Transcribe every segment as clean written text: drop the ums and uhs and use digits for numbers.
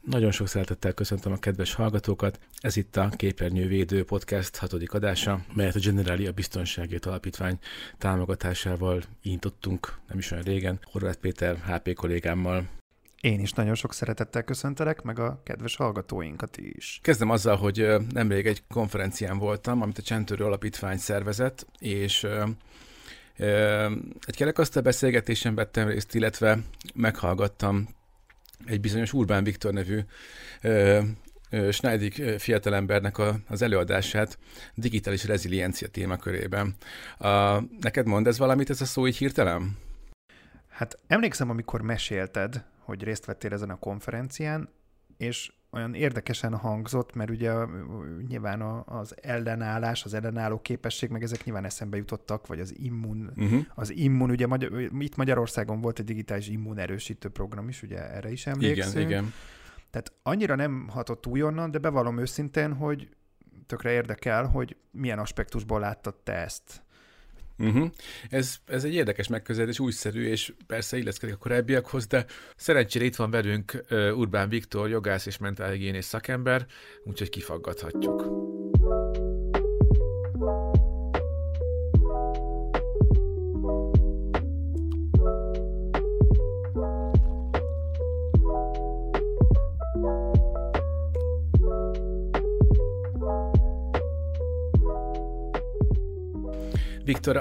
Nagyon sok szeretettel köszöntöm a kedves hallgatókat. Ez itt a Képernyővédő Podcast 6. adása, melyet a Generali a Biztonságért Alapítvány támogatásával indítottunk nem is olyan régen, Horváth Péter HP kollégámmal. Én is nagyon sok szeretettel köszöntelek, meg a kedves hallgatóinkat is. Kezdem azzal, hogy nemrég egy konferencián voltam, amit a Csendtörő Alapítvány szervezett, és egy kerekasztal beszélgetésen vettem részt, illetve meghallgattam egy bizonyos Urbán Viktor nevű Schneidig fiatalembernek az előadását digitális reziliencia témakörében. Neked mond ez valamit, ez a szó így hirtelen? Hát emlékszem, amikor mesélted, hogy részt vettél ezen a konferencián, és olyan érdekesen hangzott, mert ugye nyilván az ellenállás, az ellenálló képesség, meg ezek nyilván eszembe jutottak, vagy az immun. Az immun, ugye itt Magyarországon volt egy digitális immunerősítő program is, ugye erre is emlékszünk. Igen. Tehát annyira nem hatott újonnan, de bevallom őszintén, hogy tökre érdekel, hogy milyen aspektusból láttad te ezt. Ez egy érdekes megközelítés, újszerű, és persze illeszkedik a korábbiakhoz, de szerencsére itt van velünk Urbán Viktor, jogász és mentálhigiénész szakember, úgyhogy kifaggathatjuk. Viktor,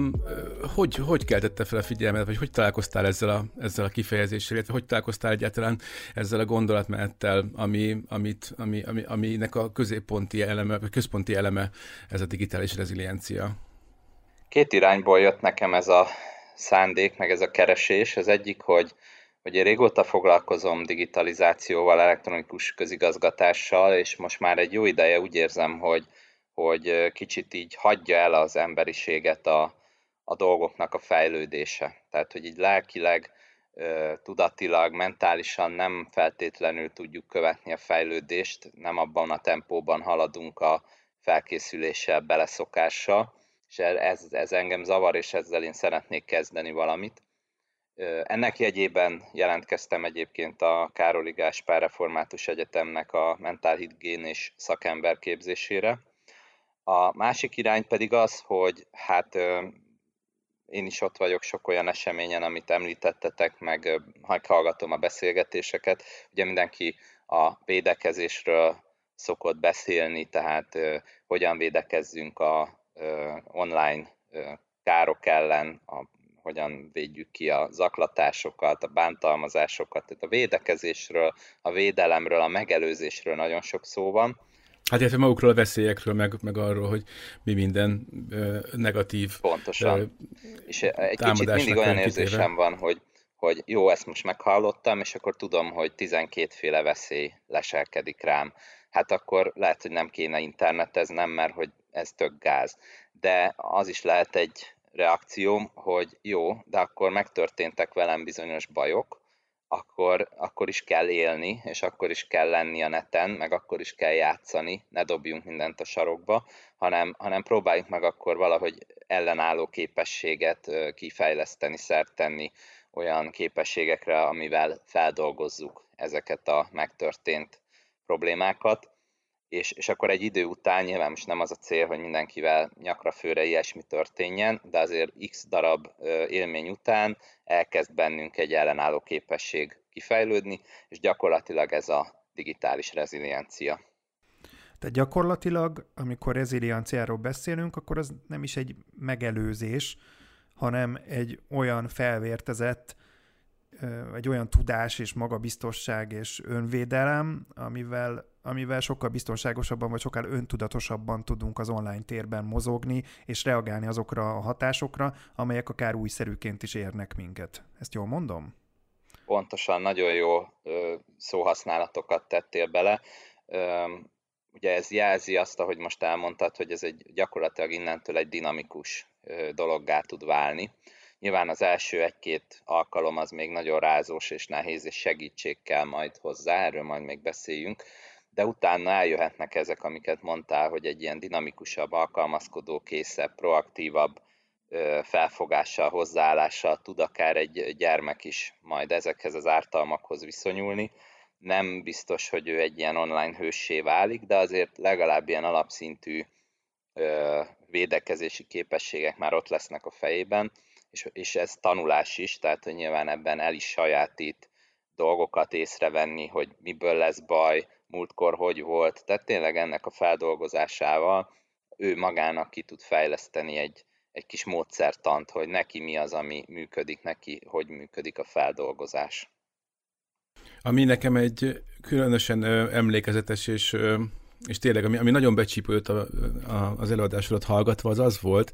hogy keltette fel a figyelmet, vagy hogy találkoztál ezzel a kifejezéssel, illetve hogy találkoztál egyáltalán ezzel a gondolatmenettel, aminek a központi eleme ez a digitális reziliencia? Két irányból jött nekem ez a szándék, meg ez a keresés. Az egyik, hogy én régóta foglalkozom digitalizációval, elektronikus közigazgatással, és most már egy jó ideje úgy érzem, hogy kicsit így hagyja el az emberiséget a dolgoknak a fejlődése. Tehát, hogy így lelkileg, tudatilag, mentálisan nem feltétlenül tudjuk követni a fejlődést, nem abban a tempóban haladunk a felkészüléssel, beleszokással, és ez engem zavar, és ezzel én szeretnék kezdeni valamit. Ennek jegyében jelentkeztem egyébként a Károli Gáspár Református Egyetemnek a mentálhigiénés szakember képzésére. A másik irány pedig az, hogy hát én is ott vagyok sok olyan eseményen, amit említettetek, meg hallgatom a beszélgetéseket. Ugye mindenki a védekezésről szokott beszélni, tehát hogyan védekezzünk a online károk ellen, hogyan védjük ki a zaklatásokat, a bántalmazásokat, tehát a védekezésről, a védelemről, a megelőzésről nagyon sok szó van. Hát illetve magukról a veszélyekről, meg arról, hogy mi minden negatív pontosan. És egy kicsit mindig olyan érzésem van, hogy jó, ezt most meghallottam, és akkor tudom, hogy 12 féle veszély leselkedik rám. Hát akkor lehet, hogy nem kéne interneteznem, mert hogy ez tök gáz. De az is lehet egy reakcióm, hogy jó, de akkor megtörténtek velem bizonyos bajok, akkor is kell élni, és akkor is kell lenni a neten, meg akkor is kell játszani, ne dobjunk mindent a sarokba, hanem próbáljuk meg akkor valahogy ellenálló képességet kifejleszteni, szert tenni olyan képességekre, amivel feldolgozzuk ezeket a megtörtént problémákat, és akkor egy idő után nyilván most nem az a cél, hogy mindenkivel nyakra főre ilyesmi történjen, de azért x darab élmény után elkezd bennünk egy ellenálló képesség kifejlődni, és gyakorlatilag ez a digitális reziliencia. Tehát gyakorlatilag, amikor rezilienciáról beszélünk, akkor az nem is egy megelőzés, hanem egy olyan felvértezett, egy olyan tudás és magabiztosság és önvédelem, amivel sokkal biztonságosabban vagy sokkal öntudatosabban tudunk az online térben mozogni és reagálni azokra a hatásokra, amelyek akár újszerűként is érnek minket. Ezt jól mondom? Pontosan, nagyon jó szóhasználatokat tettél bele. Ugye ez jelzi azt, ahogy most elmondtad, hogy ez gyakorlatilag innentől egy dinamikus dologgá tud válni. Nyilván az első egy-két alkalom az még nagyon rázós és nehéz, és segítség kell majd hozzá, erről majd még beszéljünk, de utána eljöhetnek ezek, amiket mondtál, hogy egy ilyen dinamikusabb, alkalmazkodó, készebb, proaktívabb felfogással, hozzáállással tud akár egy gyermek is majd ezekhez az ártalmakhoz viszonyulni, nem biztos, hogy ő egy ilyen online hőssé válik, de azért legalább ilyen alapszintű védekezési képességek már ott lesznek a fejében, és ez tanulás is, tehát hogy nyilván ebben el is sajátít dolgokat észrevenni, hogy miből lesz baj, múltkor hogy volt, tehát tényleg ennek a feldolgozásával ő magának ki tud fejleszteni egy kis módszertant, hogy neki mi az, ami működik, neki hogy működik a feldolgozás. Ami nekem egy különösen emlékezetes, és tényleg, ami nagyon becsípődött az előadásodat hallgatva, az volt,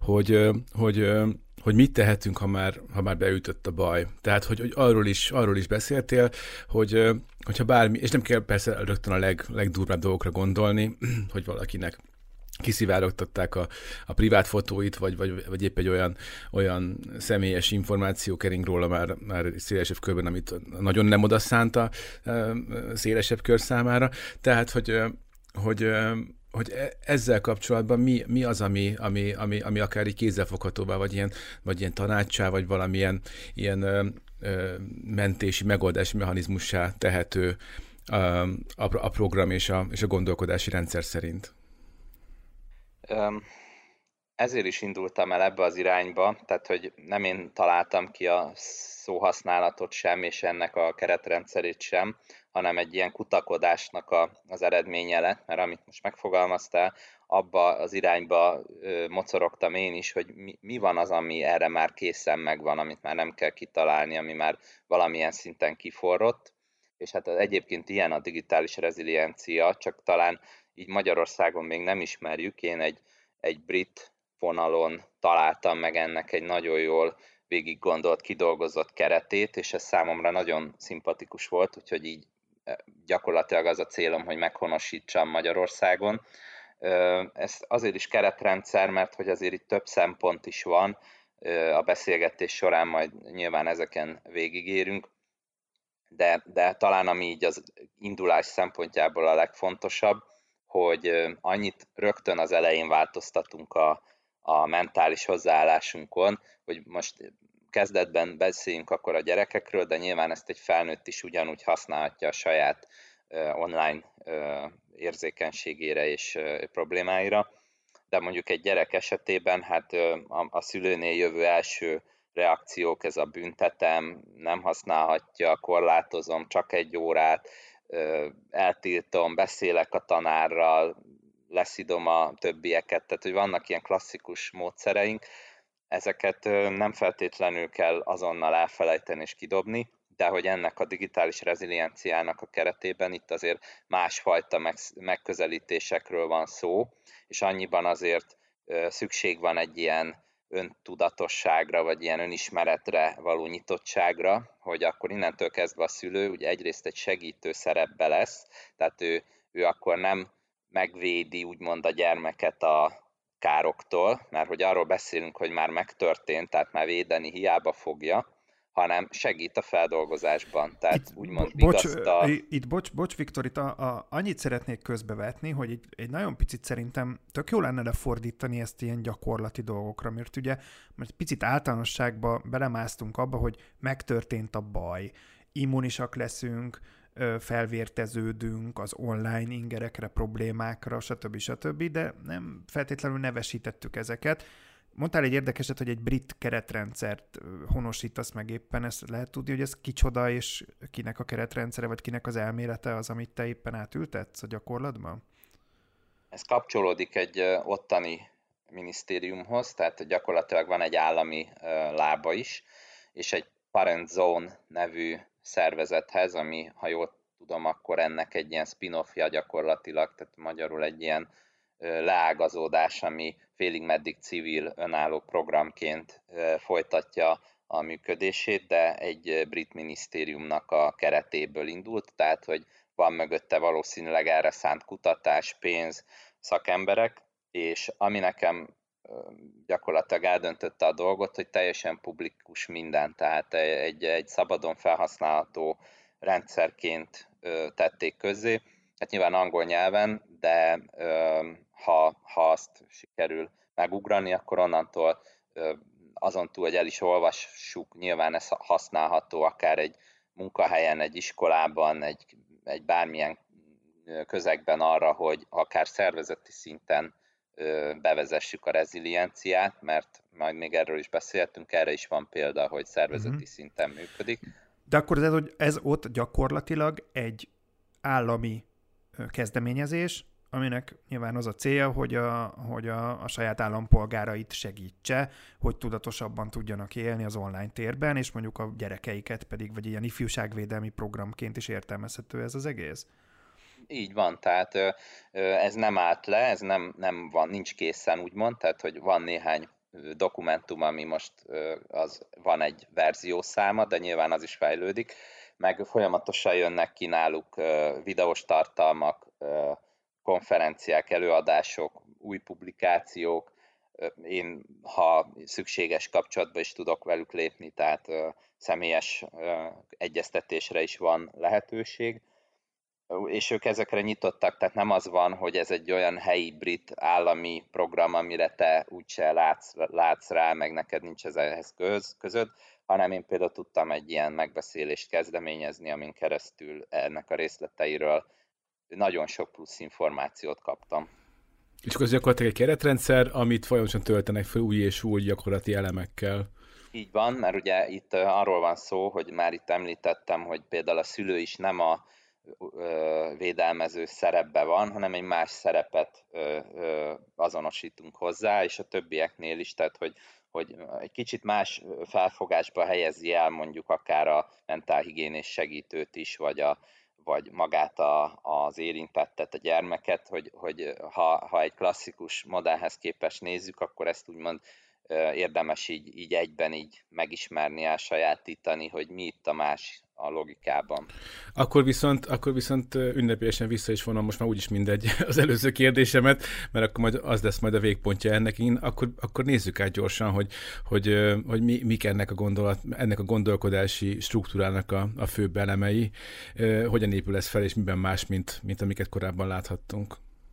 hogy mit tehetünk, ha már beütött a baj. Tehát, hogy arról is beszéltél, hogyha bármi, és nem kell persze rögtön a legdurvább dolgokra gondolni, hogy valakinek kiszivárogtatták a privát fotóit, vagy épp egy olyan személyes információ kering róla már szélesebb körben, amit nagyon nem oda szánta szélesebb kör számára. Tehát, hogy ezzel kapcsolatban mi az, ami akár így kézzelfoghatóvá, vagy ilyen tanácssá, vagy valamilyen ilyen mentési megoldási mechanizmussá tehető a program és a gondolkodási rendszer szerint? Ezért is indultam el ebbe az irányba, tehát hogy nem én találtam ki a szóhasználatot sem, és ennek a keretrendszerét sem, hanem egy ilyen kutakodásnak az eredménye lett, mert amit most megfogalmaztál, abba az irányba mocorogtam én is, hogy mi van az, ami erre már készen megvan, amit már nem kell kitalálni, ami már valamilyen szinten kiforrott, és hát egyébként ilyen a digitális reziliencia, csak talán így Magyarországon még nem ismerjük. Én egy brit vonalon találtam meg ennek egy nagyon jól végig gondolt, kidolgozott keretét, és ez számomra nagyon szimpatikus volt, úgyhogy így gyakorlatilag az a célom, hogy meghonosítsam Magyarországon. Ez azért is keretrendszer, mert hogy azért itt több szempont is van, a beszélgetés során majd nyilván ezeken végigérünk, de talán ami így az indulás szempontjából a legfontosabb, hogy annyit rögtön az elején változtatunk a mentális hozzáállásunkon, hogy most kezdetben beszéljünk akkor a gyerekekről, de nyilván ezt egy felnőtt is ugyanúgy használhatja a saját online érzékenységére és problémáira, de mondjuk egy gyerek esetében hát a szülőnél jövő első reakciók, ez a büntetem, nem használhatja, korlátozom csak 1 órát, eltiltom, beszélek a tanárral, leszidom a többieket, tehát hogy vannak ilyen klasszikus módszereink, ezeket nem feltétlenül kell azonnal elfelejteni és kidobni, de hogy ennek a digitális rezilienciának a keretében itt azért másfajta megközelítésekről van szó, és annyiban azért szükség van egy ilyen öntudatosságra, vagy ilyen önismeretre való nyitottságra, hogy akkor innentől kezdve a szülő ugye egyrészt egy segítő szerepbe lesz, tehát ő akkor nem megvédi úgymond a gyermeket a károktól, mert hogy arról beszélünk, hogy már megtörtént, tehát már védeni hiába fogja, hanem segít a feldolgozásban, tehát itt, úgymond vigasztal. Bocs, Viktor, itt annyit szeretnék közbevetni, hogy egy nagyon picit szerintem tök jó lenne lefordítani ezt ilyen gyakorlati dolgokra, mert ugye mert picit általánosságba belemásztunk abba, hogy megtörtént a baj, immunisak leszünk, felvérteződünk az online ingerekre, problémákra, stb., de nem feltétlenül nevesítettük ezeket. Mondtál egy érdekeset, hogy egy brit keretrendszert honosítasz meg éppen, ezt lehet tudni, hogy ez kicsoda, és kinek a keretrendszere, vagy kinek az elmélete az, amit te éppen átültetsz a gyakorlatban? Ez kapcsolódik egy ottani minisztériumhoz, tehát gyakorlatilag van egy állami lába is, és egy Parent Zone nevű szervezethez, ami, ha jól tudom, akkor ennek egy ilyen spin-offja gyakorlatilag, tehát magyarul egy ilyen leágazódás, ami félig meddig civil önálló programként folytatja a működését, de egy brit minisztériumnak a keretéből indult, tehát hogy van mögötte valószínűleg erre szánt kutatás, pénz, szakemberek, és ami nekem gyakorlatilag eldöntötte a dolgot, hogy teljesen publikus minden, tehát egy szabadon felhasználható rendszerként tették közzé, hát nyilván angol nyelven, de ha azt sikerül megugrani, akkor onnantól azon túl, hogy el is olvassuk, nyilván ez használható akár egy munkahelyen, egy iskolában, egy bármilyen közegben arra, hogy akár szervezeti szinten bevezessük a rezilienciát, mert majd még erről is beszéltünk, erre is van példa, hogy szervezeti szinten működik. De akkor ez ott gyakorlatilag egy állami kezdeményezés, aminek nyilván az a célja, hogy a saját állampolgárait segítse, hogy tudatosabban tudjanak élni az online térben, és mondjuk a gyerekeiket pedig, vagy ilyen ifjúságvédelmi programként is értelmezhető ez az egész? Így van, tehát ez nem állt le, ez nem van, nincs készen úgymond, tehát hogy van néhány dokumentum, ami most van egy verziószáma, de nyilván az is fejlődik, meg folyamatosan jönnek ki náluk videós tartalmak, konferenciák, előadások, új publikációk, én, ha szükséges, kapcsolatba is tudok velük lépni, tehát személyes egyeztetésre is van lehetőség, és ők ezekre nyitottak, tehát nem az van, hogy ez egy olyan helyi brit állami program, amire te úgyse látsz rá, meg neked nincs ehhez között, hanem én például tudtam egy ilyen megbeszélést kezdeményezni, amin keresztül ennek a részleteiről nagyon sok plusz információt kaptam. És akkor ez gyakorlatilag egy keretrendszer, amit folyamatosan töltenek fel új és új gyakorlati elemekkel. Így van, mert ugye itt arról van szó, hogy már itt említettem, hogy például a szülő is nem a védelmező szerepben van, hanem egy más szerepet azonosítunk hozzá, és a többieknél is, tehát hogy egy kicsit más felfogásba helyezi el mondjuk akár a mentálhigiénés segítőt is, vagy magát az érintettet, a gyermeket, hogy ha egy klasszikus modellhez képest nézzük, akkor ezt úgymond érdemes így egyben így megismerni, elsajátítani, hogy mi itt a más a logikában. Akkor viszont ünnepélyesen vissza is vonom most már úgyis mindegy az előző kérdésemet, mert akkor majd az lesz majd a végpontja ennek. Akkor nézzük át gyorsan, hogy mik ennek a gondolkodási struktúrának a főbb elemei, hogyan épül ez fel, és miben más, mint amiket korábban láthattunk.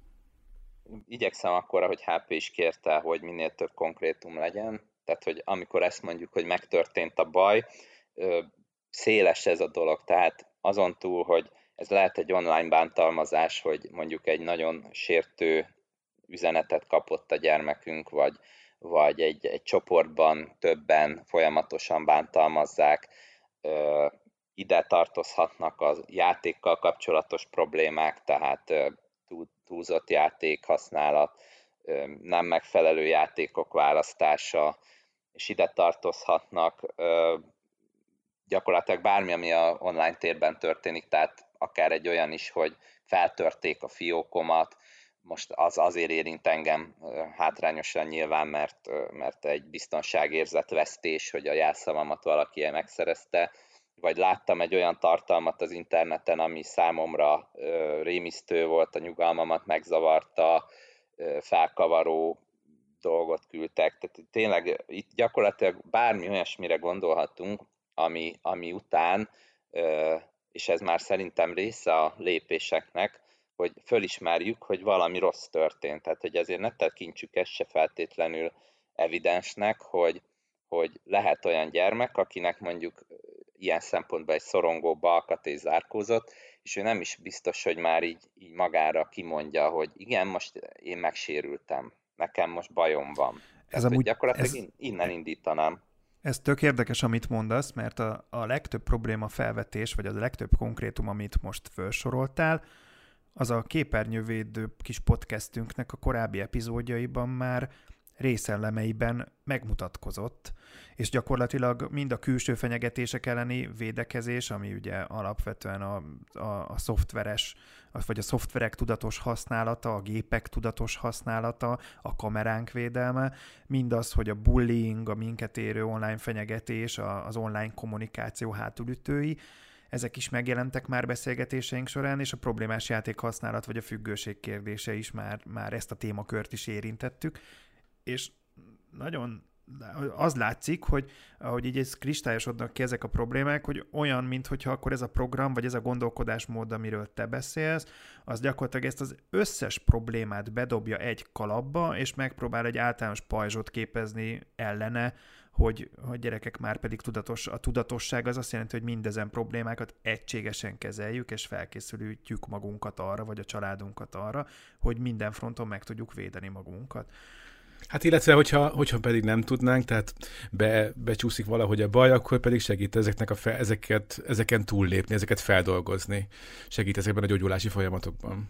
Igyekszem akkor, ahogy HP is kérte, hogy minél több konkrétum legyen, tehát hogy amikor ezt mondjuk, hogy megtörtént a baj, széles ez a dolog, tehát azon túl, hogy ez lehet egy online bántalmazás, hogy mondjuk egy nagyon sértő üzenetet kapott a gyermekünk, vagy egy csoportban többen folyamatosan bántalmazzák, ide tartozhatnak a játékkal kapcsolatos problémák, tehát túlzott játékhasználat, nem megfelelő játékok választása, és ide tartozhatnak gyakorlatilag bármi, ami a online térben történik, tehát akár egy olyan is, hogy feltörték a fiókomat, most az azért érint engem hátrányosan nyilván, mert egy biztonságérzetvesztés, hogy a jelszavamat valaki megszerezte, vagy láttam egy olyan tartalmat az interneten, ami számomra rémisztő volt, a nyugalmamat megzavarta, felkavaró dolgot küldtek. Tehát tényleg itt gyakorlatilag bármi olyasmire gondolhatunk, ami után, és ez már szerintem része a lépéseknek, hogy fölismerjük, hogy valami rossz történt. Tehát, hogy azért ne tekintsük ezt se feltétlenül evidensnek, hogy lehet olyan gyermek, akinek mondjuk ilyen szempontból egy szorongóba alkat és zárkózott, és ő nem is biztos, hogy már így magára kimondja, hogy igen, most én megsérültem, nekem most bajom van. Tehát, gyakorlatilag innen indítanám. Ez tök érdekes, amit mondasz, mert a legtöbb probléma felvetés, vagy az a legtöbb konkrétum, amit most felsoroltál, az a képernyővédő kis podcastünknek a korábbi epizódjaiban már részellemeiben megmutatkozott, és gyakorlatilag mind a külső fenyegetések elleni védekezés, ami ugye alapvetően a szoftveres, vagy a szoftverek tudatos használata, a gépek tudatos használata, a kameránk védelme, mindaz, hogy a bullying, a minket érő online fenyegetés, az online kommunikáció hátulütői, ezek is megjelentek már beszélgetéseink során, és a problémás játékhasználat vagy a függőség kérdése is már ezt a témakört is érintettük, és nagyon az látszik, hogy ahogy így kristályosodnak ki ezek a problémák, hogy olyan, mintha akkor ez a program, vagy ez a gondolkodásmód, amiről te beszélsz, az gyakorlatilag ezt az összes problémát bedobja egy kalapba, és megpróbál egy általános pajzsot képezni ellene, hogy gyerekek már pedig a tudatosság az azt jelenti, hogy mindezen problémákat egységesen kezeljük, és felkészülítjük magunkat arra, vagy a családunkat arra, hogy minden fronton meg tudjuk védeni magunkat. Hát illetve, hogyha pedig nem tudnánk, tehát becsúszik valahogy a baj, akkor pedig segít ezeken túllépni, ezeket feldolgozni. Segít ezekben a gyógyulási folyamatokban.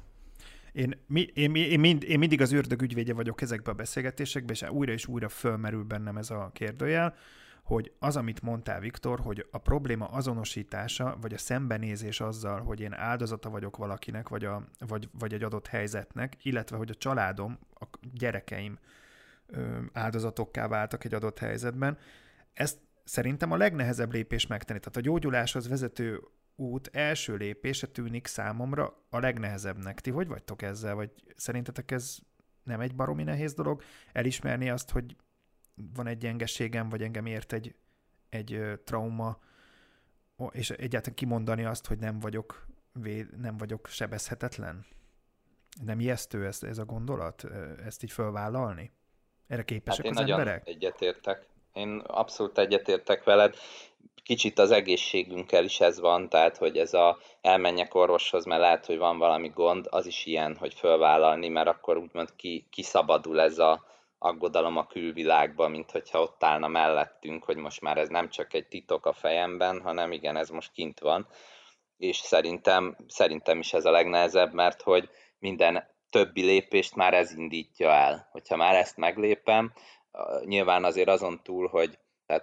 Én mindig az ördög ügyvédje vagyok ezekben a beszélgetésekben, és újra és újra fölmerül bennem ez a kérdőjel, hogy az, amit mondtál, Viktor, hogy a probléma azonosítása, vagy a szembenézés azzal, hogy én áldozata vagyok valakinek, vagy egy adott helyzetnek, illetve hogy a családom, a gyerekeim áldozatokká váltak egy adott helyzetben, ezt szerintem a legnehezebb lépés megtenni. Tehát a gyógyuláshoz vezető út első lépése tűnik számomra a legnehezebbnek. Ti hogy vagytok ezzel? Vagy szerintetek ez nem egy baromi nehéz dolog? Elismerni azt, hogy van egy gyengeségem, vagy engem ért egy trauma, és egyáltalán kimondani azt, hogy nem vagyok sebezhetetlen? Nem ijesztő ez a gondolat? Ezt így fölvállalni? Erre képesek az emberek? Én nagyon egyetértek. Én abszolút egyetértek veled. Kicsit az egészségünkkel is ez van, tehát hogy ez elmenjek orvoshoz, mert lehet, hogy van valami gond, az is ilyen, hogy fölvállalni, mert akkor úgymond kiszabadul ez a aggodalom a külvilágba, mint hogyha ott állna mellettünk, hogy most már ez nem csak egy titok a fejemben, hanem igen, ez most kint van. És szerintem is ez a legnehezebb, mert hogy minden többi lépést már ez indítja el. Hogyha már ezt meglépem, nyilván azért azon túl, hogy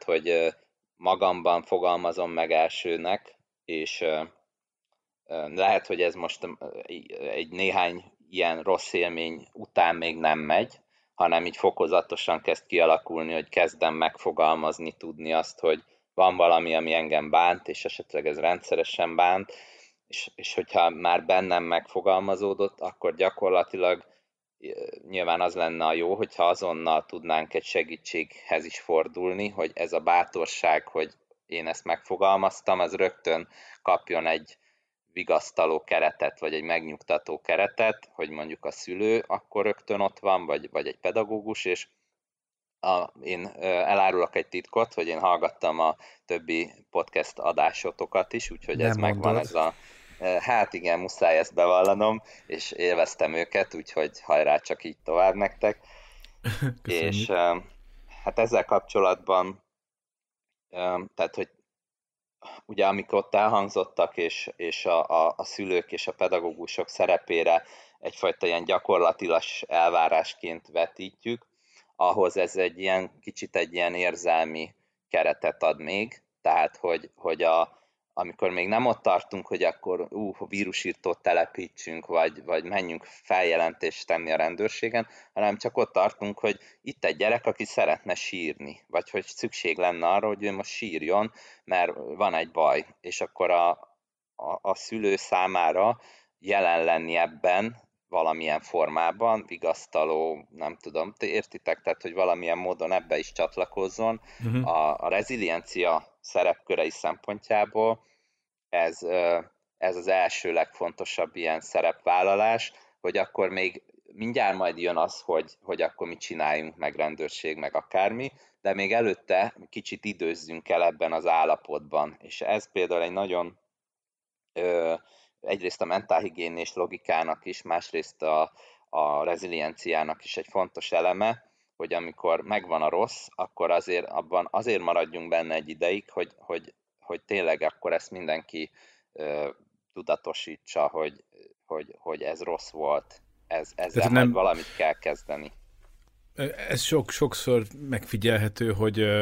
magamban fogalmazom meg elsőnek, és lehet, hogy ez most egy néhány ilyen rossz élmény után még nem megy, hanem így fokozatosan kezd kialakulni, hogy kezdem megfogalmazni, tudni azt, hogy van valami, ami engem bánt, és esetleg ez rendszeresen bánt, és hogyha már bennem megfogalmazódott, akkor gyakorlatilag nyilván az lenne a jó, hogyha azonnal tudnánk egy segítséghez is fordulni, hogy ez a bátorság, hogy én ezt megfogalmaztam, ez rögtön kapjon egy vigasztaló keretet, vagy egy megnyugtató keretet, hogy mondjuk a szülő akkor rögtön ott van, vagy egy pedagógus, és én elárulok egy titkot, hogy én hallgattam a többi podcast adásotokat is, úgyhogy nem ez mondod. Megvan ez a... Hát igen, muszáj ezt bevallanom, és élveztem őket, úgyhogy hajrá, csak így tovább nektek. És hát ezzel kapcsolatban, tehát hogy ugye amikor ott elhangzottak, és a szülők és a pedagógusok szerepére egyfajta ilyen gyakorlatilas elvárásként vetítjük, ahhoz ez kicsit egy ilyen érzelmi keretet ad még, tehát hogy amikor még nem ott tartunk, hogy akkor vírusírtót telepítsünk, vagy menjünk feljelentést tenni a rendőrségen, hanem csak ott tartunk, hogy itt egy gyerek, aki szeretne sírni, vagy hogy szükség lenne arra, hogy ő most sírjon, mert van egy baj, és akkor a szülő számára jelen lenni ebben valamilyen formában, vigasztaló, nem tudom, értitek, tehát hogy valamilyen módon ebbe is csatlakozzon. A reziliencia szerepkörei szempontjából ez az első legfontosabb ilyen szerepvállalás, hogy akkor még mindjárt majd jön az, hogy akkor mit csináljunk, meg rendőrség, meg akármi, de még előtte kicsit időzzünk el ebben az állapotban. És ez például egy nagyon egyrészt a mentálhigiénés logikának is, másrészt a rezilienciának is egy fontos eleme, hogy amikor megvan a rossz, akkor azért maradjunk benne egy ideig, hogy tényleg akkor ezt mindenki tudatosítsa, hogy ez rossz volt. Ezzel nem... valamit kell kezdeni. Ez sokszor megfigyelhető,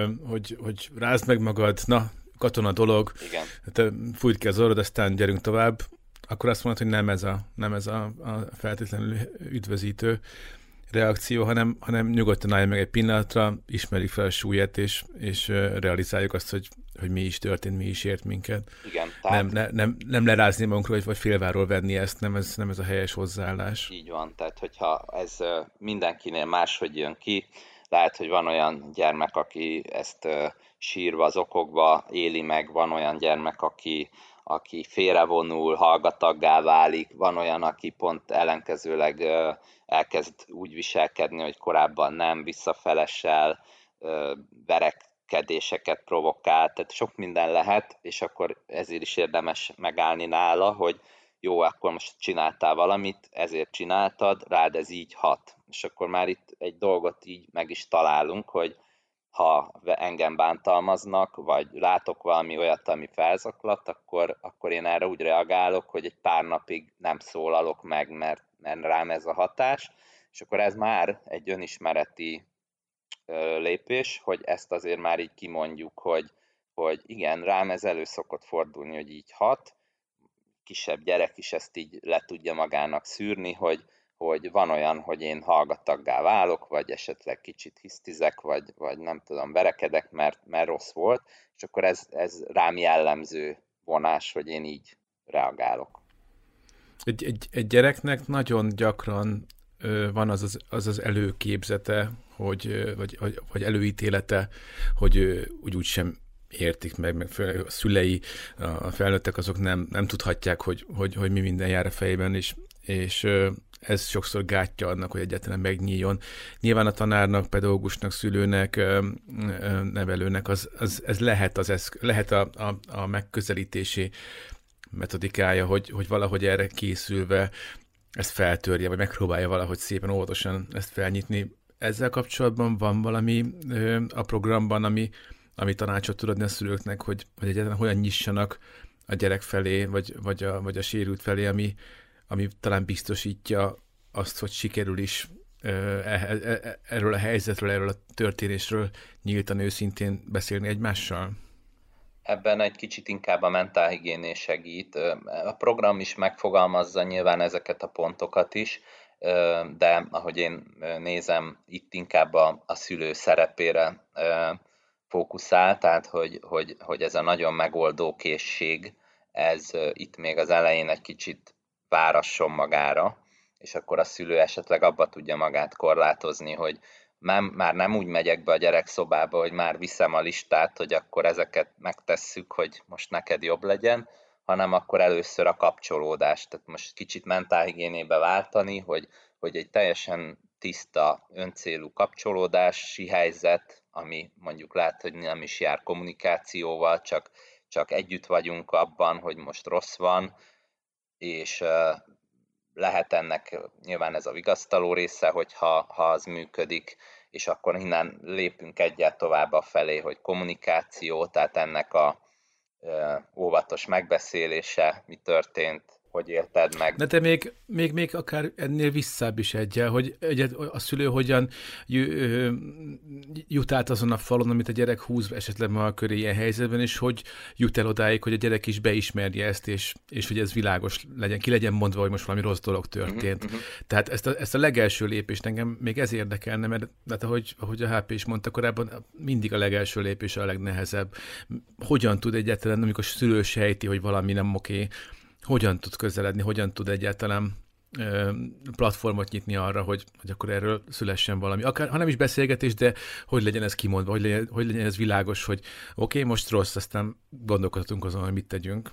hogy rázd meg magad, na, katona dolog, igen. Te fújt ki az orrod, aztán gyerünk tovább, akkor azt mondod, hogy nem ez a feltétlenül üdvözítő reakció, hanem nyugodtan állj meg egy pillanatra, ismerjük fel a súlyát, és realizáljuk azt, hogy mi is történt, mi is ért minket. Igen, tehát... nem lerázni magunkról, vagy félváról venni ezt, nem ez a helyes hozzáállás. Így van, tehát hogyha ez mindenkinél máshogy jön ki, lehet, hogy van olyan gyermek, aki ezt sírva az okokba éli meg, van olyan gyermek, aki félrevonul, hallgataggá válik, van olyan, aki pont ellenkezőleg elkezd úgy viselkedni, hogy korábban nem, visszafelesel, kedéseket provokál, tehát sok minden lehet, és akkor ezért is érdemes megállni nála, hogy jó, akkor most csináltál valamit, ezért csináltad, rád ez így hat. És akkor már itt egy dolgot így meg is találunk, hogy ha engem bántalmaznak, vagy látok valami olyat, ami felzaklat, akkor én erre úgy reagálok, hogy egy pár napig nem szólalok meg, mert rám ez a hatás, és akkor ez már egy önismereti lépés, hogy ezt azért már így kimondjuk, hogy igen, rám ez elő szokott fordulni, hogy így hat, kisebb gyerek is ezt így le tudja magának szűrni, hogy van olyan, hogy én hallgataggá válok, vagy esetleg kicsit hisztizek, vagy nem tudom, verekedek, mert rossz volt, és akkor ez rám jellemző vonás, hogy én így reagálok. Egy gyereknek nagyon gyakran van az előképzete, vagy előítélete, hogy úgy sem értik meg főleg a szülei, a felnőttek azok nem tudhatják, hogy mi minden jár a fejében, és ez sokszor gátja annak, hogy egyáltalán megnyíljon. Nyilván a tanárnak, pedagógusnak, szülőnek, nevelőnek ez lehet a megközelítési metodikája, hogy valahogy erre készülve ezt feltörje, vagy megpróbálja valahogy szépen óvatosan ezt felnyitni. Ezzel kapcsolatban van valami a programban, ami tanácsot tud adni a szülőknek, hogy egyáltalán hogyan nyissanak a gyerek felé, vagy a sérült felé, ami talán biztosítja azt, hogy sikerül is erről a helyzetről, erről a történésről nyíltan, őszintén beszélni egymással? Ebben egy kicsit inkább a mentálhigiéné segít. A program is megfogalmazza nyilván ezeket a pontokat is, de ahogy én nézem, itt inkább a szülő szerepére fókuszál, tehát hogy ez a nagyon megoldó készség, ez itt még az elején egy kicsit várasson magára, és akkor a szülő esetleg abba tudja magát korlátozni, hogy már nem úgy megyek be a gyerekszobába, hogy már viszem a listát, hogy akkor ezeket megtesszük, hogy most neked jobb legyen, hanem akkor először a kapcsolódást. Tehát most kicsit mentálhigiénébe váltani, hogy egy teljesen tiszta, öncélú kapcsolódási helyzet, ami mondjuk lehet, hogy nem is jár kommunikációval, csak együtt vagyunk abban, hogy most rossz van, és lehet ennek nyilván ez a vigasztaló része, hogyha az működik, és akkor innen lépünk egyet tovább a felé, hogy kommunikáció, tehát ennek a óvatos megbeszélése, mi történt, hogy élted meg. De te még akár ennél visszább is hogy a szülő hogyan jut át azon a falon, amit a gyerek húz esetleg maga köré ilyen helyzetben, és hogy jut el odáig, hogy a gyerek is beismerje ezt, és hogy ez világos legyen, ki legyen mondva, hogy most valami rossz dolog történt. Tehát ezt a legelső lépést engem még ez érdekelne, mert ahogy a HP is mondta korábban, mindig a legelső lépés a legnehezebb. Hogyan tud egyáltalán, amikor a szülő sejti, hogy valami nem oké, hogyan tud közeledni, hogyan tud egyáltalán platformot nyitni arra, hogy akkor erről szülessen valami. Akár, ha nem is beszélgetés, de hogy legyen ez kimondva, hogy legyen ez világos, hogy oké, most rossz, aztán gondolkodhatunk azon, hogy mit tegyünk.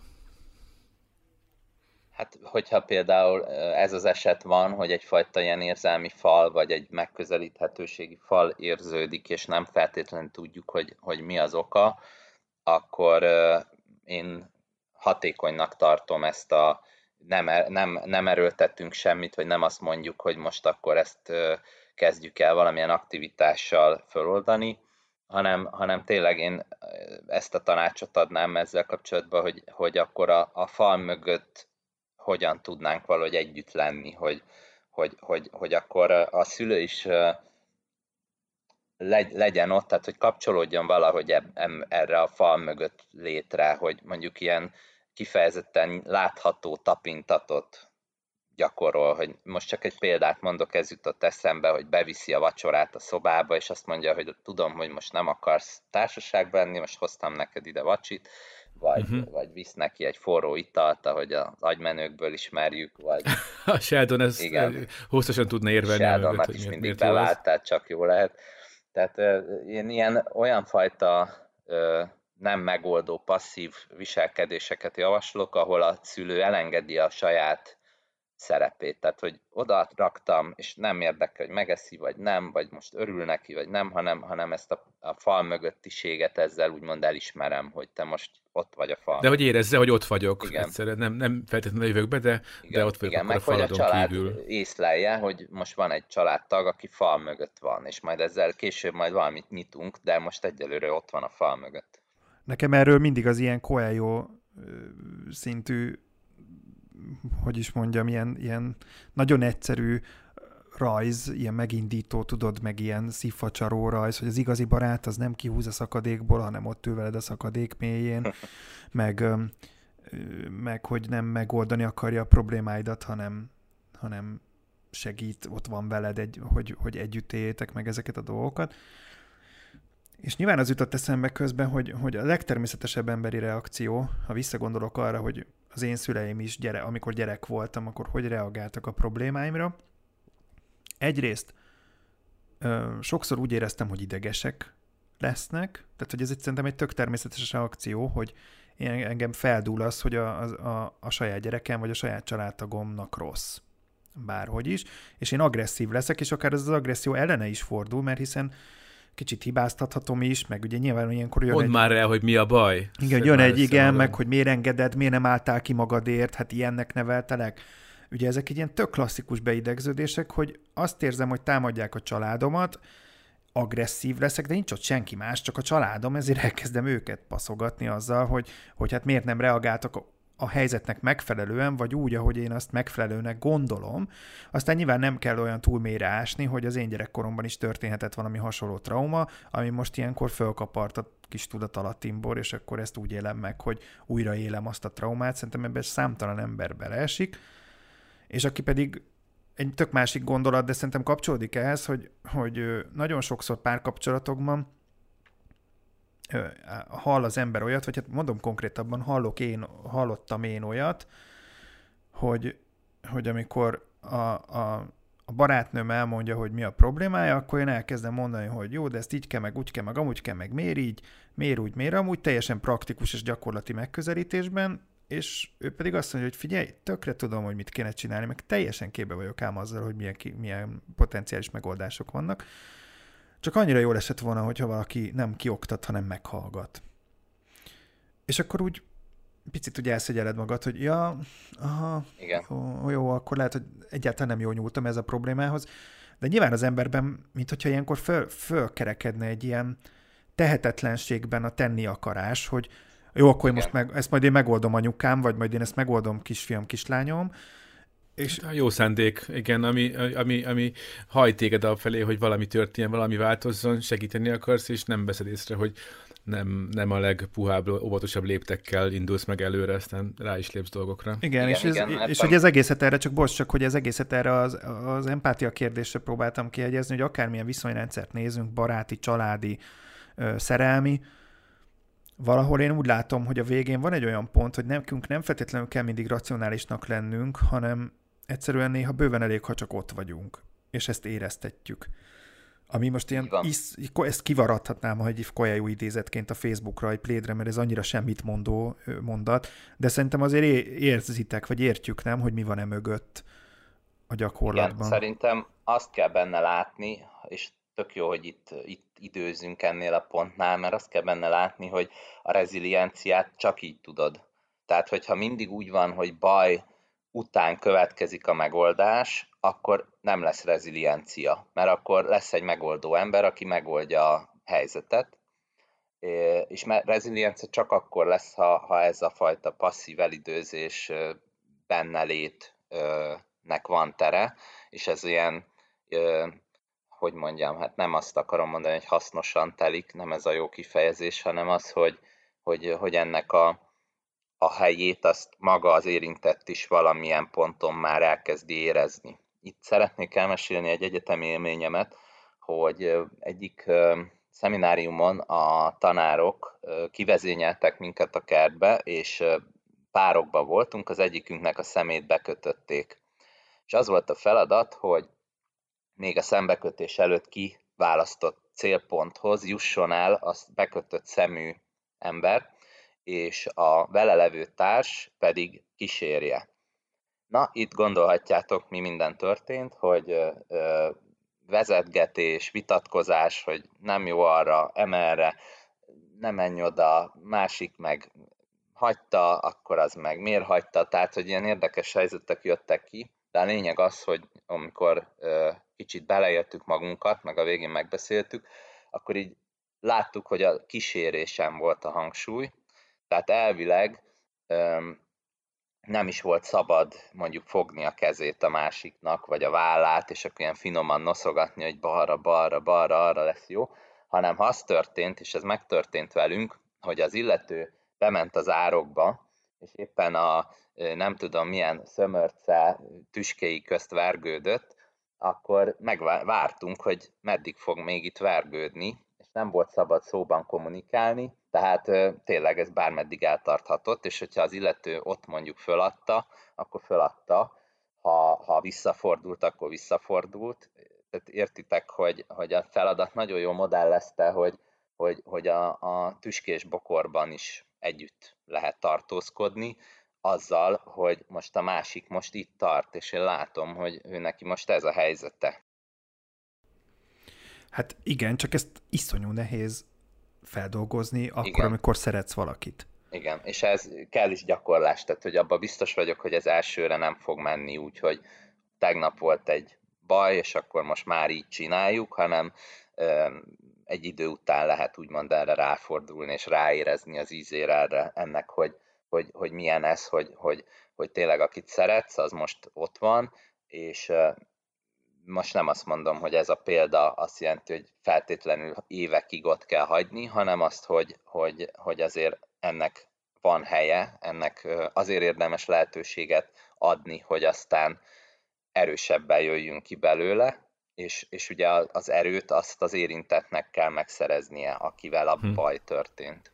Hát, hogyha például ez az eset van, hogy egyfajta ilyen érzelmi fal, vagy egy megközelíthetőségi fal érződik, és nem feltétlenül tudjuk, hogy mi az oka, akkor én hatékonynak tartom ezt a nem erőltetünk semmit, vagy nem azt mondjuk, hogy most akkor ezt kezdjük el valamilyen aktivitással föloldani, hanem tényleg én ezt a tanácsot adnám ezzel kapcsolatban, hogy akkor a fal mögött hogyan tudnánk valahogy együtt lenni, hogy akkor a szülő is legyen ott, tehát hogy kapcsolódjon valahogy erre a fal mögött létre, hogy mondjuk ilyen kifejezetten látható tapintatot gyakorol, hogy most csak egy példát mondok, ez jutott eszembe, hogy beviszi a vacsorát a szobába, és azt mondja, hogy tudom, hogy most nem akarsz társaságban lenni, most hoztam neked ide vacsit, vagy visz neki egy forró italt, ahogy az agymenőkből ismerjük, vagy... A Sheldon ezt hosszasan tudna érvelni. Sheldonnak is mindig bevált, tehát csak jó lehet. Tehát én olyan fajta nem megoldó, passzív viselkedéseket javaslok, ahol a szülő elengedi a saját szerepét. Tehát, hogy oda raktam, és nem érdekel, hogy megeszi, vagy nem, vagy most örül neki, vagy nem, hanem ezt a fal mögöttiséget ezzel úgymond elismerem, hogy te most ott vagy a fal De hogy mögött. érezze, hogy ott vagyok. Igen. Egyszerűen nem feltétlenül jövök be, de ott vagyok Igen, akkor a meg hogy a faladon család kívül. észlelje, hogy most van egy családtag, aki fal mögött van, és majd ezzel később majd valamit nyitunk, de most egyelőre ott van a fal mögött. Nekem erről mindig az ilyen Coelho szintű, hogy is mondjam, ilyen nagyon egyszerű rajz, ilyen megindító, tudod, meg ilyen szívfacsaró rajz, hogy az igazi barát az nem kihúz a szakadékból, hanem ott ül veled a szakadék mélyén, meg hogy nem megoldani akarja a problémáidat, hanem segít, ott van veled, hogy együtt éljétek meg ezeket a dolgokat. És nyilván az jutott eszembe közben, hogy a legtermészetesebb emberi reakció, ha visszagondolok arra, hogy az én szüleim is, amikor gyerek voltam, akkor hogy reagáltak a problémáimra. Egyrészt sokszor úgy éreztem, hogy idegesek lesznek, tehát hogy ez szerintem egy tök természetes reakció, hogy engem feldúl az, hogy a saját gyerekem vagy a saját családtagomnak rossz. Bárhogy is. És én agresszív leszek, és akár ez az agresszió ellene is fordul, mert hiszen kicsit hibáztathatom is, meg ugye nyilván ilyenkor jön Mondd már el, hogy mi a baj. Igen, jön egy igen, meg hogy miért engeded, miért nem álltál ki magadért, hát ilyennek neveltelek. Ugye ezek egy ilyen tök klasszikus beidegződések, hogy azt érzem, hogy támadják a családomat, agresszív leszek, de nincs ott senki más, csak a családom, ezért elkezdem őket paszogatni azzal, hogy hát miért nem reagáltak a helyzetnek megfelelően, vagy úgy, ahogy én azt megfelelőnek gondolom. Aztán nyilván nem kell olyan túl mélyre ásni, hogy az én gyerekkoromban is történhetett valami hasonló trauma, ami most ilyenkor fölkapart a kis tudatalattimból, és akkor ezt úgy élem meg, hogy újra élem azt a traumát. Szerintem ebben számtalan ember beleesik. És aki pedig egy tök másik gondolat, de szerintem kapcsolódik ehhez, hogy nagyon sokszor párkapcsolatokban hall az ember olyat, vagy hát mondom konkrétabban, hallottam én olyat, hogy amikor a barátnőm elmondja, hogy mi a problémája, akkor én elkezdem mondani, hogy jó, de ezt így kell, meg úgy kell, meg amúgy kell, meg miért így, miért úgy, miért amúgy, teljesen praktikus és gyakorlati megközelítésben, és ő pedig azt mondja, hogy figyelj, tökre tudom, hogy mit kéne csinálni, meg teljesen képbe vagyok ám azzal, hogy milyen potenciális megoldások vannak. Csak annyira jól esett volna, hogyha valaki nem kioktat, hanem meghallgat. És akkor úgy picit úgy elszegyeled magad, hogy ja, aha, igen. jó, akkor lehet, hogy egyáltalán nem jól nyúltam ez a problémához. De nyilván az emberben, mint hogyha ilyenkor fölkerekedne egy ilyen tehetetlenségben a tenni akarás, hogy jó, akkor most ezt majd én megoldom anyukám, vagy majd én ezt megoldom kisfiam, kislányom. És a jó szándék, igen, ami hajt téged afelé, hogy valami történjen, valami változzon, segíteni akarsz, és nem veszed észre, hogy nem a legpuhább, óvatosabb léptekkel indulsz meg előre, aztán rá is lépsz dolgokra. Igen, és hogy ez egészet erre, csak hogy ez egészet erre az empátia kérdésre próbáltam kihegyezni, hogy akármilyen viszonyrendszert nézünk, baráti, családi, szerelmi, valahol én úgy látom, hogy a végén van egy olyan pont, hogy nekünk nem feltétlenül kell mindig racionálisnak lennünk, hanem egyszerűen néha bőven elég, ha csak ott vagyunk, és ezt éreztetjük. Ami most ilyen, ezt kivaradhatnám egy Coelho idézetként a Facebookra, egy plédre, mert ez annyira semmit mondó mondat, de szerintem azért érzitek, vagy értjük, nem, hogy mi van mögött a gyakorlatban. Igen, szerintem azt kell benne látni, és tök jó, hogy itt időzünk ennél a pontnál, mert azt kell benne látni, hogy a rezilienciát csak így tudod. Tehát, hogyha mindig úgy van, hogy baj után következik a megoldás, akkor nem lesz reziliencia, mert akkor lesz egy megoldó ember, aki megoldja a helyzetet, és reziliencia csak akkor lesz, ha ez a fajta passzív elidőzés benne létnek van tere, és ez ilyen, hogy mondjam, hát nem azt akarom mondani, hogy hasznosan telik, nem ez a jó kifejezés, hanem az, hogy ennek a helyét azt maga az érintett is valamilyen ponton már elkezdi érezni. Itt szeretnék elmesélni egy egyetemi élményemet, hogy egyik szemináriumon a tanárok kivezényeltek minket a kertbe, és párokba voltunk, az egyikünknek a szemét bekötötték. És az volt a feladat, hogy még a szembekötés előtt kiválasztott célponthoz jusson el a bekötött szemű ember, és a vele levő társ pedig kísérje. Na, itt gondolhatjátok, mi minden történt, hogy vezetgetés, vitatkozás, hogy nem jó arra, emelre, ne menj oda, másik meg hagyta, akkor az meg miért hagyta, tehát hogy ilyen érdekes helyzetek jöttek ki, de a lényeg az, hogy amikor kicsit beleéltük magunkat, meg a végén megbeszéltük, akkor így láttuk, hogy a kísérésen volt a hangsúly, tehát elvileg nem is volt szabad mondjuk fogni a kezét a másiknak, vagy a vállát, és akkor ilyen finoman noszogatni, hogy balra, balra, balra, arra lesz jó, hanem ha az történt, és ez megtörtént velünk, hogy az illető bement az árokba, és éppen a nem tudom milyen szömörce tüskéi közt vergődött, akkor megvártunk, hogy meddig fog még itt vergődni, és nem volt szabad szóban kommunikálni, tehát tényleg ez bármeddig eltarthatott, és hogyha az illető ott mondjuk föladta, akkor föladta, ha visszafordult, akkor visszafordult. Tehát értitek, hogy a feladat nagyon jó modellezte, hogy a tüskés bokorban is együtt lehet tartózkodni, azzal, hogy most a másik most itt tart, és én látom, hogy ő neki most ez a helyzete. Hát igen, csak ezt iszonyú nehéz feldolgozni akkor, igen. Amikor szeretsz valakit. Igen, és ez kell is gyakorlás, tehát hogy abban biztos vagyok, hogy ez elsőre nem fog menni úgy, hogy tegnap volt egy baj, és akkor most már így csináljuk, hanem egy idő után lehet úgymond erre ráfordulni, és ráérezni az ízére erre, ennek, hogy milyen ez, hogy tényleg akit szeretsz, az most ott van, és most nem azt mondom, hogy ez a példa azt jelenti, hogy feltétlenül évekig ott kell hagyni, hanem azt, hogy azért ennek van helye, ennek azért érdemes lehetőséget adni, hogy aztán erősebben jöjjünk ki belőle, és ugye az erőt azt az érintettnek kell megszereznie, akivel a baj történt.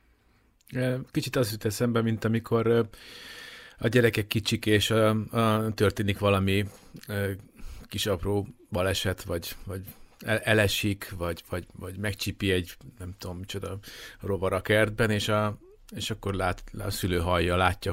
Kicsit az jut eszembe, mint amikor a gyerekek kicsik, és történik valami kis apró baleset, vagy elesik, vagy megcsipi egy, nem tudom micsoda, rovar a kertben, és akkor a szülő hallja, látja,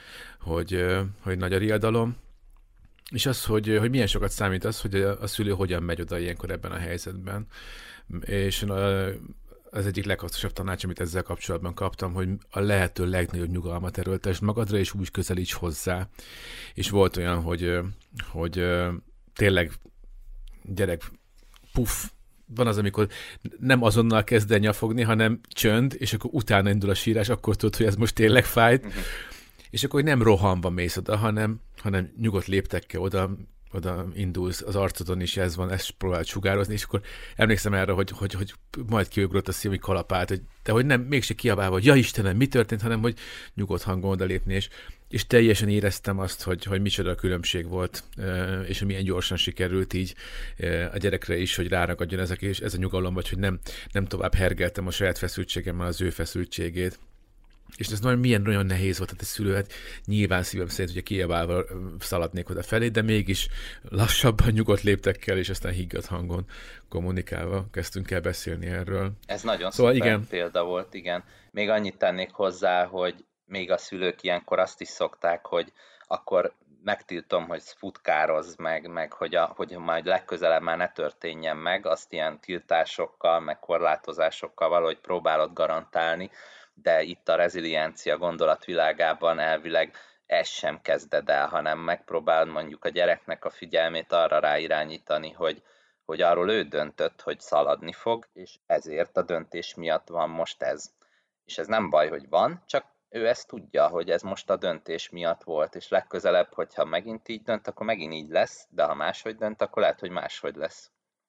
hogy nagy a riadalom, és az, hogy milyen sokat számít az, hogy a szülő hogyan megy oda ilyenkor ebben a helyzetben. És az egyik leghasznosabb tanács, amit ezzel kapcsolatban kaptam, hogy a lehető legnagyobb nyugalmat erőltesd magadra, és úgy közelíts hozzá. És volt olyan, hogy tényleg gyerek, puff, van az, amikor nem azonnal kezd el nyafogni, hanem csönd, és akkor utána indul a sírás, akkor tudod, hogy ez most tényleg fájt, és akkor nem rohanva mész oda, hanem nyugodt léptekkel oda indulsz, az arcodon is ez van, ezt próbáld sugározni, és akkor emlékszem erre, hogy majd kiugrott a szív, hogy kalapált, de hogy nem, mégse kiabálva, hogy ja Istenem, mi történt, hanem hogy nyugodt hangon odalépni, és teljesen éreztem azt, hogy micsoda a különbség volt, és hogy milyen gyorsan sikerült így a gyerekre is, hogy ráragadjon ez a nyugalom, vagy hogy nem tovább hergeltem a saját feszültségemmel az ő feszültségét. És ez nagyon nehéz volt, tehát a szülő, hát nyilván szívem szerint, hogy kiabálva szaladnék oda felé, de mégis lassabban, nyugodt léptekkel, és aztán higgadt hangon kommunikálva kezdtünk el beszélni erről. Ez nagyon szuper példa volt, igen. Még annyit tennék hozzá, hogy még a szülők ilyenkor azt is szokták, hogy akkor megtiltom, hogy futkározz meg hogy majd legközelebb már ne történjen meg, azt ilyen tiltásokkal, meg korlátozásokkal valahogy próbálod garantálni, de itt a reziliencia gondolatvilágában elvileg ezt sem kezded el, hanem megpróbálod mondjuk a gyereknek a figyelmét arra ráirányítani, hogy arról ő döntött, hogy szaladni fog, és ezért a döntés miatt van most ez. És ez nem baj, hogy van, csak ő ezt tudja, hogy ez most a döntés miatt volt, és legközelebb, hogyha megint így dönt, akkor megint így lesz, de ha máshogy dönt, akkor lehet, hogy máshogy lesz.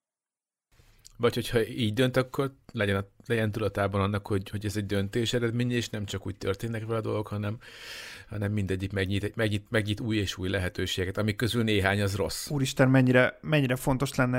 Vagy hogyha így dönt, akkor legyen tudatában annak, hogy ez egy döntés eredménye, és nem csak úgy történnek vele a dolgok, hanem mindegyik megnyit új és új lehetőségeket, amik közül néhány az rossz. Úristen, mennyire fontos lenne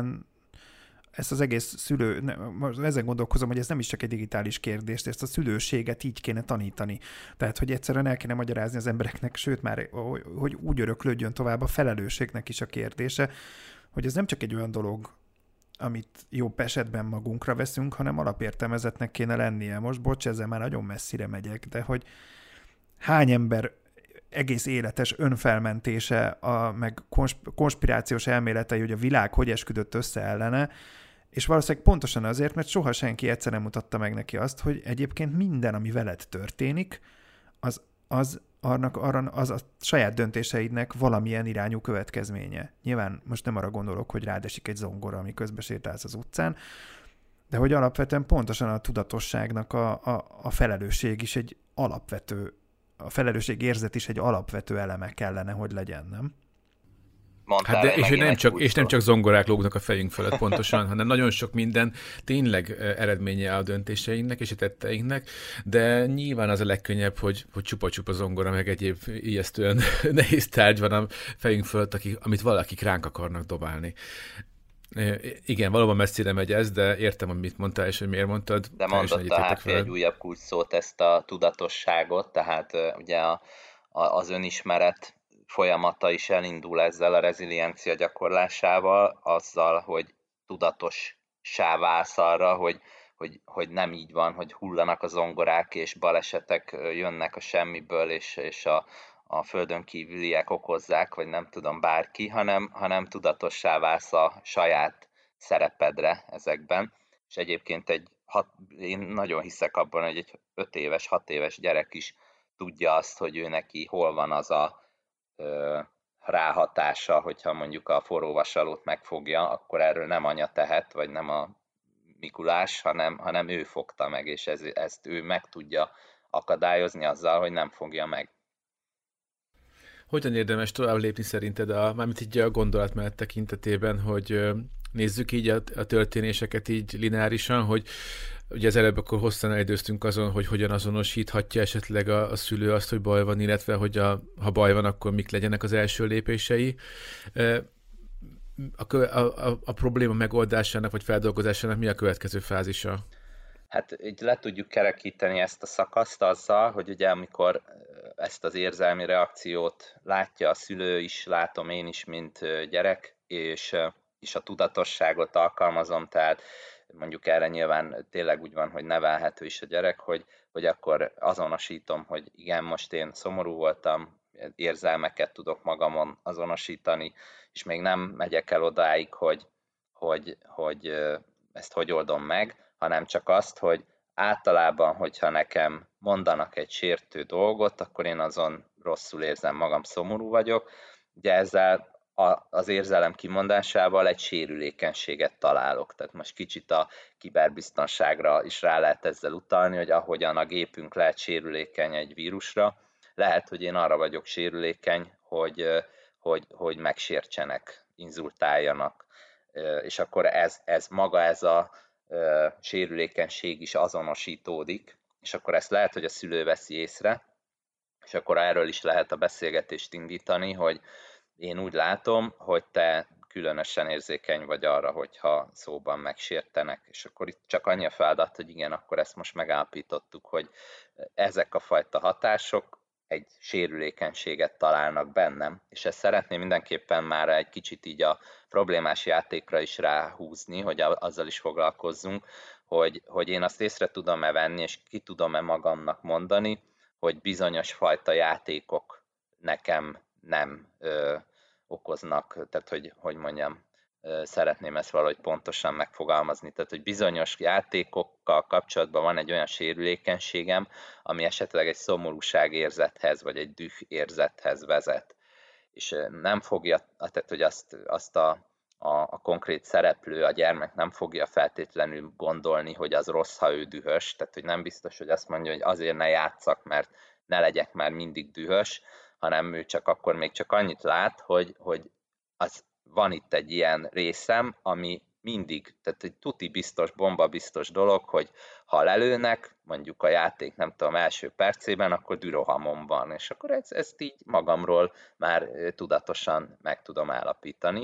ezt az egész ezen gondolkozom, hogy ez nem is csak egy digitális kérdés, ezt a szülőséget így kéne tanítani. Tehát, hogy egyszerűen el kéne magyarázni az embereknek, sőt már, hogy úgy öröklődjön tovább a felelősségnek is a kérdése, hogy ez nem csak egy olyan dolog, amit jobb esetben magunkra veszünk, hanem alapértelmezetnek kéne lennie. Most, bocs, ezzel már nagyon messzire megyek, de hogy hány ember egész életes önfelmentése, meg konspirációs elméletei, hogy a világ hogy esküdött össze ellene, és valószínűleg pontosan azért, mert soha senki egyszer nem mutatta meg neki azt, hogy egyébként minden, ami veled történik, az a saját döntéseidnek valamilyen irányú következménye. Nyilván most nem arra gondolok, hogy rád esik egy zongora, ami közbe sétálsz az utcán, de hogy alapvetően pontosan a tudatosságnak a felelősség is egy alapvető, a felelősség érzet is egy alapvető eleme kellene, hogy legyen, nem? Hát és nem csak zongorák lógnak a fejünk fölött pontosan, hanem nagyon sok minden tényleg eredménye a döntéseinknek és a tetteinknek, de nyilván az a legkönnyebb, hogy csupa-csupa zongora, meg egyéb ijesztően nehéz tárgy van a fejünk fölött, amit valakik ránk akarnak dobálni. Igen, valóban messzire megy ez, de értem, amit mondtál, és hogy miért mondtad. De mondott a Háfi egy újabb kulcsszót, ezt a tudatosságot, tehát ugye az önismeret folyamata is elindul ezzel a reziliencia gyakorlásával, azzal, hogy tudatossá válsz arra, hogy nem így van, hogy hullanak a zongorák, és balesetek jönnek a semmiből, és a földön kívüliek okozzák, vagy nem tudom bárki, hanem tudatossá válsz a saját szerepedre ezekben. És egyébként én nagyon hiszek abban, hogy egy 5 éves, 6 éves gyerek is tudja azt, hogy ő neki hol van az a ráhatása, hogyha mondjuk a forró vasalót megfogja, akkor erről nem anya tehet, vagy nem a Mikulás, hanem ő fogta meg, és ezt ő meg tudja akadályozni azzal, hogy nem fogja meg. Hogyan érdemes tovább lépni szerinted, mármint így a gondolatmenet tekintetében, hogy nézzük így a történéseket így lineárisan, hogy ugye az előbb akkor hosszan elidőztünk azon, hogy hogyan azonosíthatja esetleg a szülő azt, hogy baj van, illetve hogy ha baj van, akkor mik legyenek az első lépései. A probléma megoldásának vagy feldolgozásának mi a következő fázisa? Hát így le tudjuk kerekíteni ezt a szakaszt azzal, hogy ugye amikor ezt az érzelmi reakciót látja a szülő is, látom én is, mint gyerek, és a tudatosságot alkalmazom, tehát mondjuk erre nyilván tényleg úgy van, hogy nevelhető is a gyerek, hogy akkor azonosítom, hogy igen, most én szomorú voltam, érzelmeket tudok magamon azonosítani, és még nem megyek el odáig, hogy ezt hogy oldom meg, hanem csak azt, hogy általában, hogyha nekem mondanak egy sértő dolgot, akkor én azon rosszul érzem magam, szomorú vagyok. Ugye ezzel az érzelem kimondásával egy sérülékenységet találok. Tehát most kicsit a kiberbiztonságra is rá lehet ezzel utalni, hogy ahogyan a gépünk lehet sérülékeny egy vírusra, lehet, hogy én arra vagyok sérülékeny, hogy megsértsenek, inzultáljanak. És akkor ez a sérülékenység is azonosítódik, és akkor ezt lehet, hogy a szülő veszi észre, és akkor erről is lehet a beszélgetést indítani, hogy én úgy látom, hogy te különösen érzékeny vagy arra, hogyha szóban megsértenek, és akkor itt csak annyi a feladat, hogy igen, akkor ezt most megállapítottuk, hogy ezek a fajta hatások egy sérülékenységet találnak bennem, és ezt szeretném mindenképpen már egy kicsit így a problémás játékra is ráhúzni, hogy azzal is foglalkozzunk, hogy én azt észre tudom-e venni, és ki tudom-e magamnak mondani, hogy bizonyos fajta játékok nekem nem okoznak, tehát hogy mondjam, szeretném ezt valahogy pontosan megfogalmazni, tehát hogy bizonyos játékokkal kapcsolatban van egy olyan sérülékenységem, ami esetleg egy szomorúság érzethez, vagy egy düh érzethez vezet. És nem fogja, tehát hogy azt a konkrét szereplő, a gyermek nem fogja feltétlenül gondolni, hogy az rossz, ha ő dühös, tehát hogy nem biztos, hogy azt mondja, hogy azért ne játsszak, mert ne legyek már mindig dühös, hanem ő csak akkor még csak annyit lát, hogy van itt egy ilyen részem, ami mindig, tehát egy tuti biztos, bomba biztos dolog, hogy ha lelőnek, mondjuk a játék nem tudom első percében, akkor dürohamom van, és akkor ezt így magamról már tudatosan meg tudom állapítani.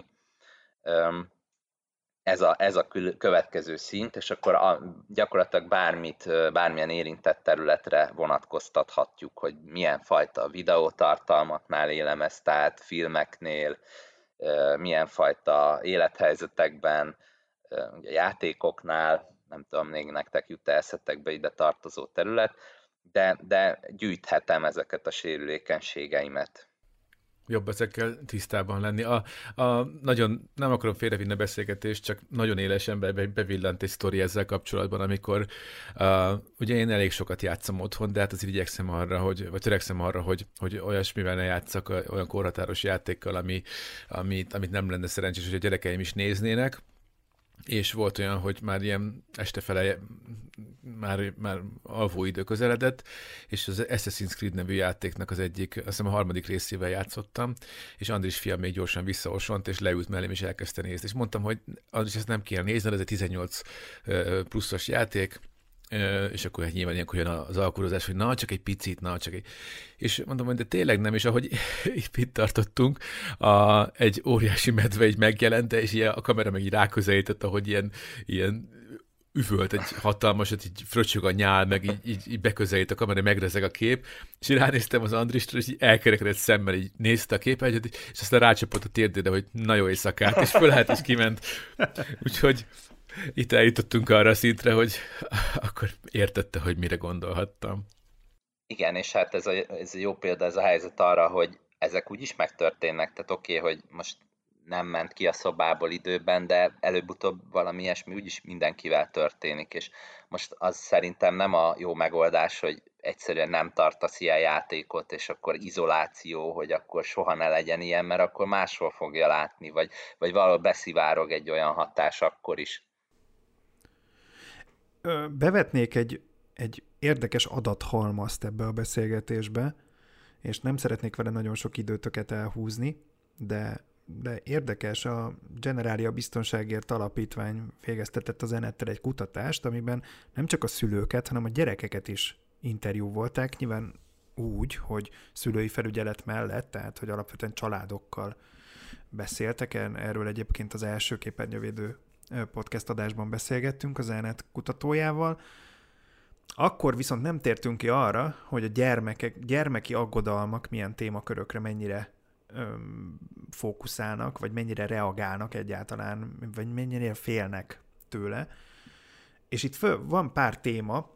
Ez a következő szint, és akkor gyakorlatilag bármilyen érintett területre vonatkoztathatjuk, hogy milyen fajta videótartalmaknál élem ezt át, filmeknél, milyen fajta élethelyzetekben, ugye játékoknál, nem tudom, még nektek jut-e eszetekbe ide tartozó terület, de gyűjthetem ezeket a sérülékenységeimet. Jobb ezekkel tisztában lenni. Nagyon nem akarom félrevinni a beszélgetést, csak nagyon élesen bevillant egy sztori ezzel kapcsolatban, amikor ugye én elég sokat játszom otthon, de hát azért igyekszem arra, vagy törekszem arra, hogy olyasmivel ne játszak, olyan korhatáros játékkal, amit nem lenne szerencsés, hogy a gyerekeim is néznének. És volt olyan, hogy már ilyen estefele már alvóidő közeledett, és az Assassin's Creed nevű játéknak az egyik, azt hiszem a 3. részével játszottam, és Andris fiam még gyorsan visszaosont, és leült mellém, és elkezdte nézni. És mondtam, hogy Andris, ezt nem kéne nézned, ez egy 18 pluszos játék, és akkor hát nyilván ilyenkor jön az alkurozás, hogy na, csak egy picit, És mondom, hogy de tényleg nem, és ahogy itt tartottunk, egy óriási medve így megjelent, és ilyen, a kamera meg így ráközelített, ahogy ilyen üvölt egy hatalmasat, így fröccsög a nyál, meg így beközelít a kamera, megrezeg a kép, és így ránéztem az Andristra, és így elkerekedett szemmel, így nézte a képet, és aztán rácsapott a térdére, hogy na jó éjszakát, és fölállt, és kiment. Úgyhogy itt eljutottunk arra a szintre, hogy akkor értette, hogy mire gondolhattam. Igen, és hát ez a jó példa, ez a helyzet arra, hogy ezek úgyis megtörténnek, tehát oké, hogy most nem ment ki a szobából időben, de előbb-utóbb valami ilyesmi úgyis mindenkivel történik, és most az szerintem nem a jó megoldás, hogy egyszerűen nem tartasz ilyen játékot, és akkor izoláció, hogy akkor soha ne legyen ilyen, mert akkor máshol fogja látni, vagy valahol beszivárog egy olyan hatás akkor is. Bevetnék egy érdekes adathalmazt ebbe a beszélgetésbe, és nem szeretnék vele nagyon sok időtöket elhúzni, de érdekes, a Generalia Biztonságért Alapítvány végeztetett az Enettel egy kutatást, amiben nem csak a szülőket, hanem a gyerekeket is interjúvolták, nyilván úgy, hogy szülői felügyelet mellett, tehát hogy alapvetően családokkal beszéltek, erről egyébként az első képernyővédő podcast adásban beszélgettünk az Enet kutatójával. Akkor viszont nem tértünk ki arra, hogy a gyermeki aggodalmak milyen témakörökre mennyire fókuszálnak, vagy mennyire reagálnak egyáltalán, vagy mennyire félnek tőle. És itt van pár téma,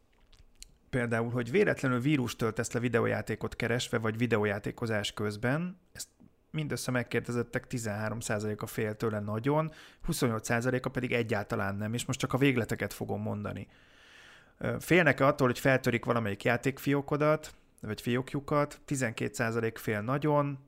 például, hogy véletlenül vírust töltesz le videójátékot keresve, vagy videójátékozás közben, ezt mindössze megkérdezettek, 13%-a fél tőle nagyon, 28%-a pedig egyáltalán nem, és most csak a végleteket fogom mondani. Félnek-e attól, hogy feltörik valamelyik játékfiókodat, vagy fiókjukat, 12% fél nagyon,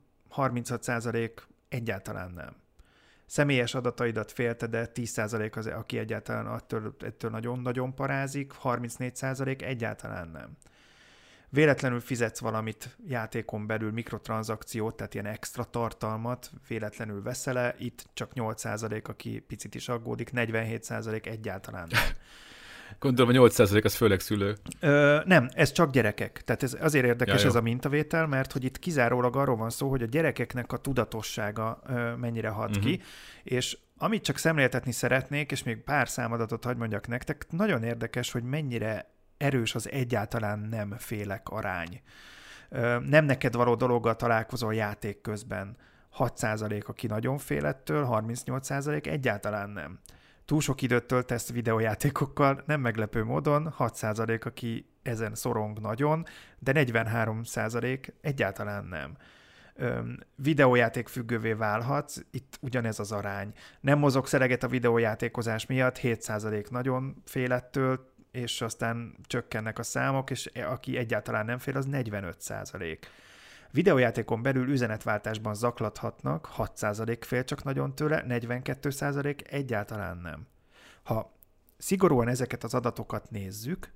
36% egyáltalán nem. Személyes adataidat félte, de 10% az, aki egyáltalán ettől nagyon-nagyon parázik, 34% egyáltalán nem. Véletlenül fizetsz valamit játékon belül, mikrotranszakciót, tehát ilyen extra tartalmat, véletlenül veszel-e, itt csak 8%, aki picit is aggódik, 47% egyáltalán nem. Gondolom, a 8% az főleg szülő. Nem, ez csak gyerekek. Tehát ez azért érdekes ez a mintavétel, mert hogy itt kizárólag arról van szó, hogy a gyerekeknek a tudatossága mennyire hat ki, és amit csak szemléltetni szeretnék, és még pár számadatot hadd mondjak nektek, nagyon érdekes, hogy mennyire erős az egyáltalán nem félek arány. Nem neked való dologgal találkozol játék közben. 6% aki nagyon fél ettől, 38% egyáltalán nem. Túl sok időt töltesz videójátékokkal, nem meglepő módon, 6% aki ezen szorong nagyon, de 43% egyáltalán nem. Videójáték függővé válhatsz, itt ugyanez az arány. Nem mozogsz eleget a videójátékozás miatt, 7% nagyon fél ettől, és aztán csökkennek a számok, és aki egyáltalán nem fél, az 45%. Videójátékon belül üzenetváltásban zaklathatnak, 6% fél csak nagyon tőle, 42% egyáltalán nem. Ha szigorúan ezeket az adatokat nézzük,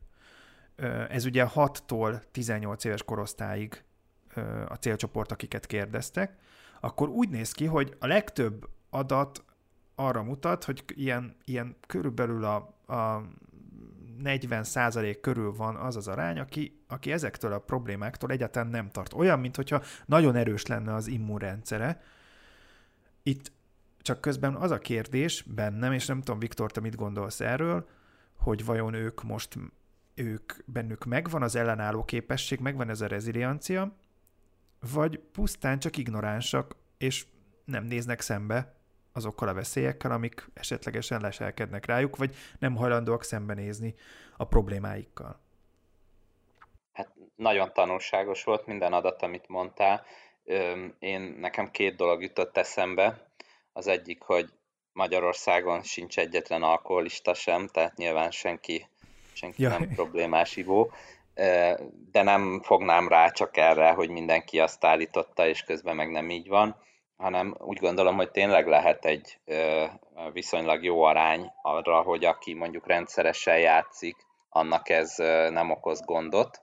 ez ugye 6-tól 18 éves korosztályig a célcsoport, akiket kérdeztek, akkor úgy néz ki, hogy a legtöbb adat arra mutat, hogy ilyen körülbelül a 40% körül van az az arány, aki ezektől a problémáktól egyáltalán nem tart. Olyan, mintha nagyon erős lenne az immunrendszere. Itt csak közben az a kérdés bennem, és nem tudom, Viktor, te mit gondolsz erről, hogy vajon bennük megvan az ellenálló képesség, megvan ez a reziliencia, vagy pusztán csak ignoránsak, és nem néznek szembe azokkal a veszélyekkel, amik esetlegesen leselkednek rájuk, vagy nem hajlandóak szembenézni a problémáikkal. nagyon tanulságos volt minden adat, amit mondtál. Nekem 2 dolog jutott eszembe. Az egyik, hogy Magyarországon sincs egyetlen alkoholista sem, tehát nyilván senki Ja, nem problémás ivó, de nem fognám rá csak erre, hogy mindenki azt állította, és közben meg nem így van, hanem úgy gondolom, hogy tényleg lehet egy viszonylag jó arány arra, hogy aki mondjuk rendszeresen játszik, annak ez nem okoz gondot,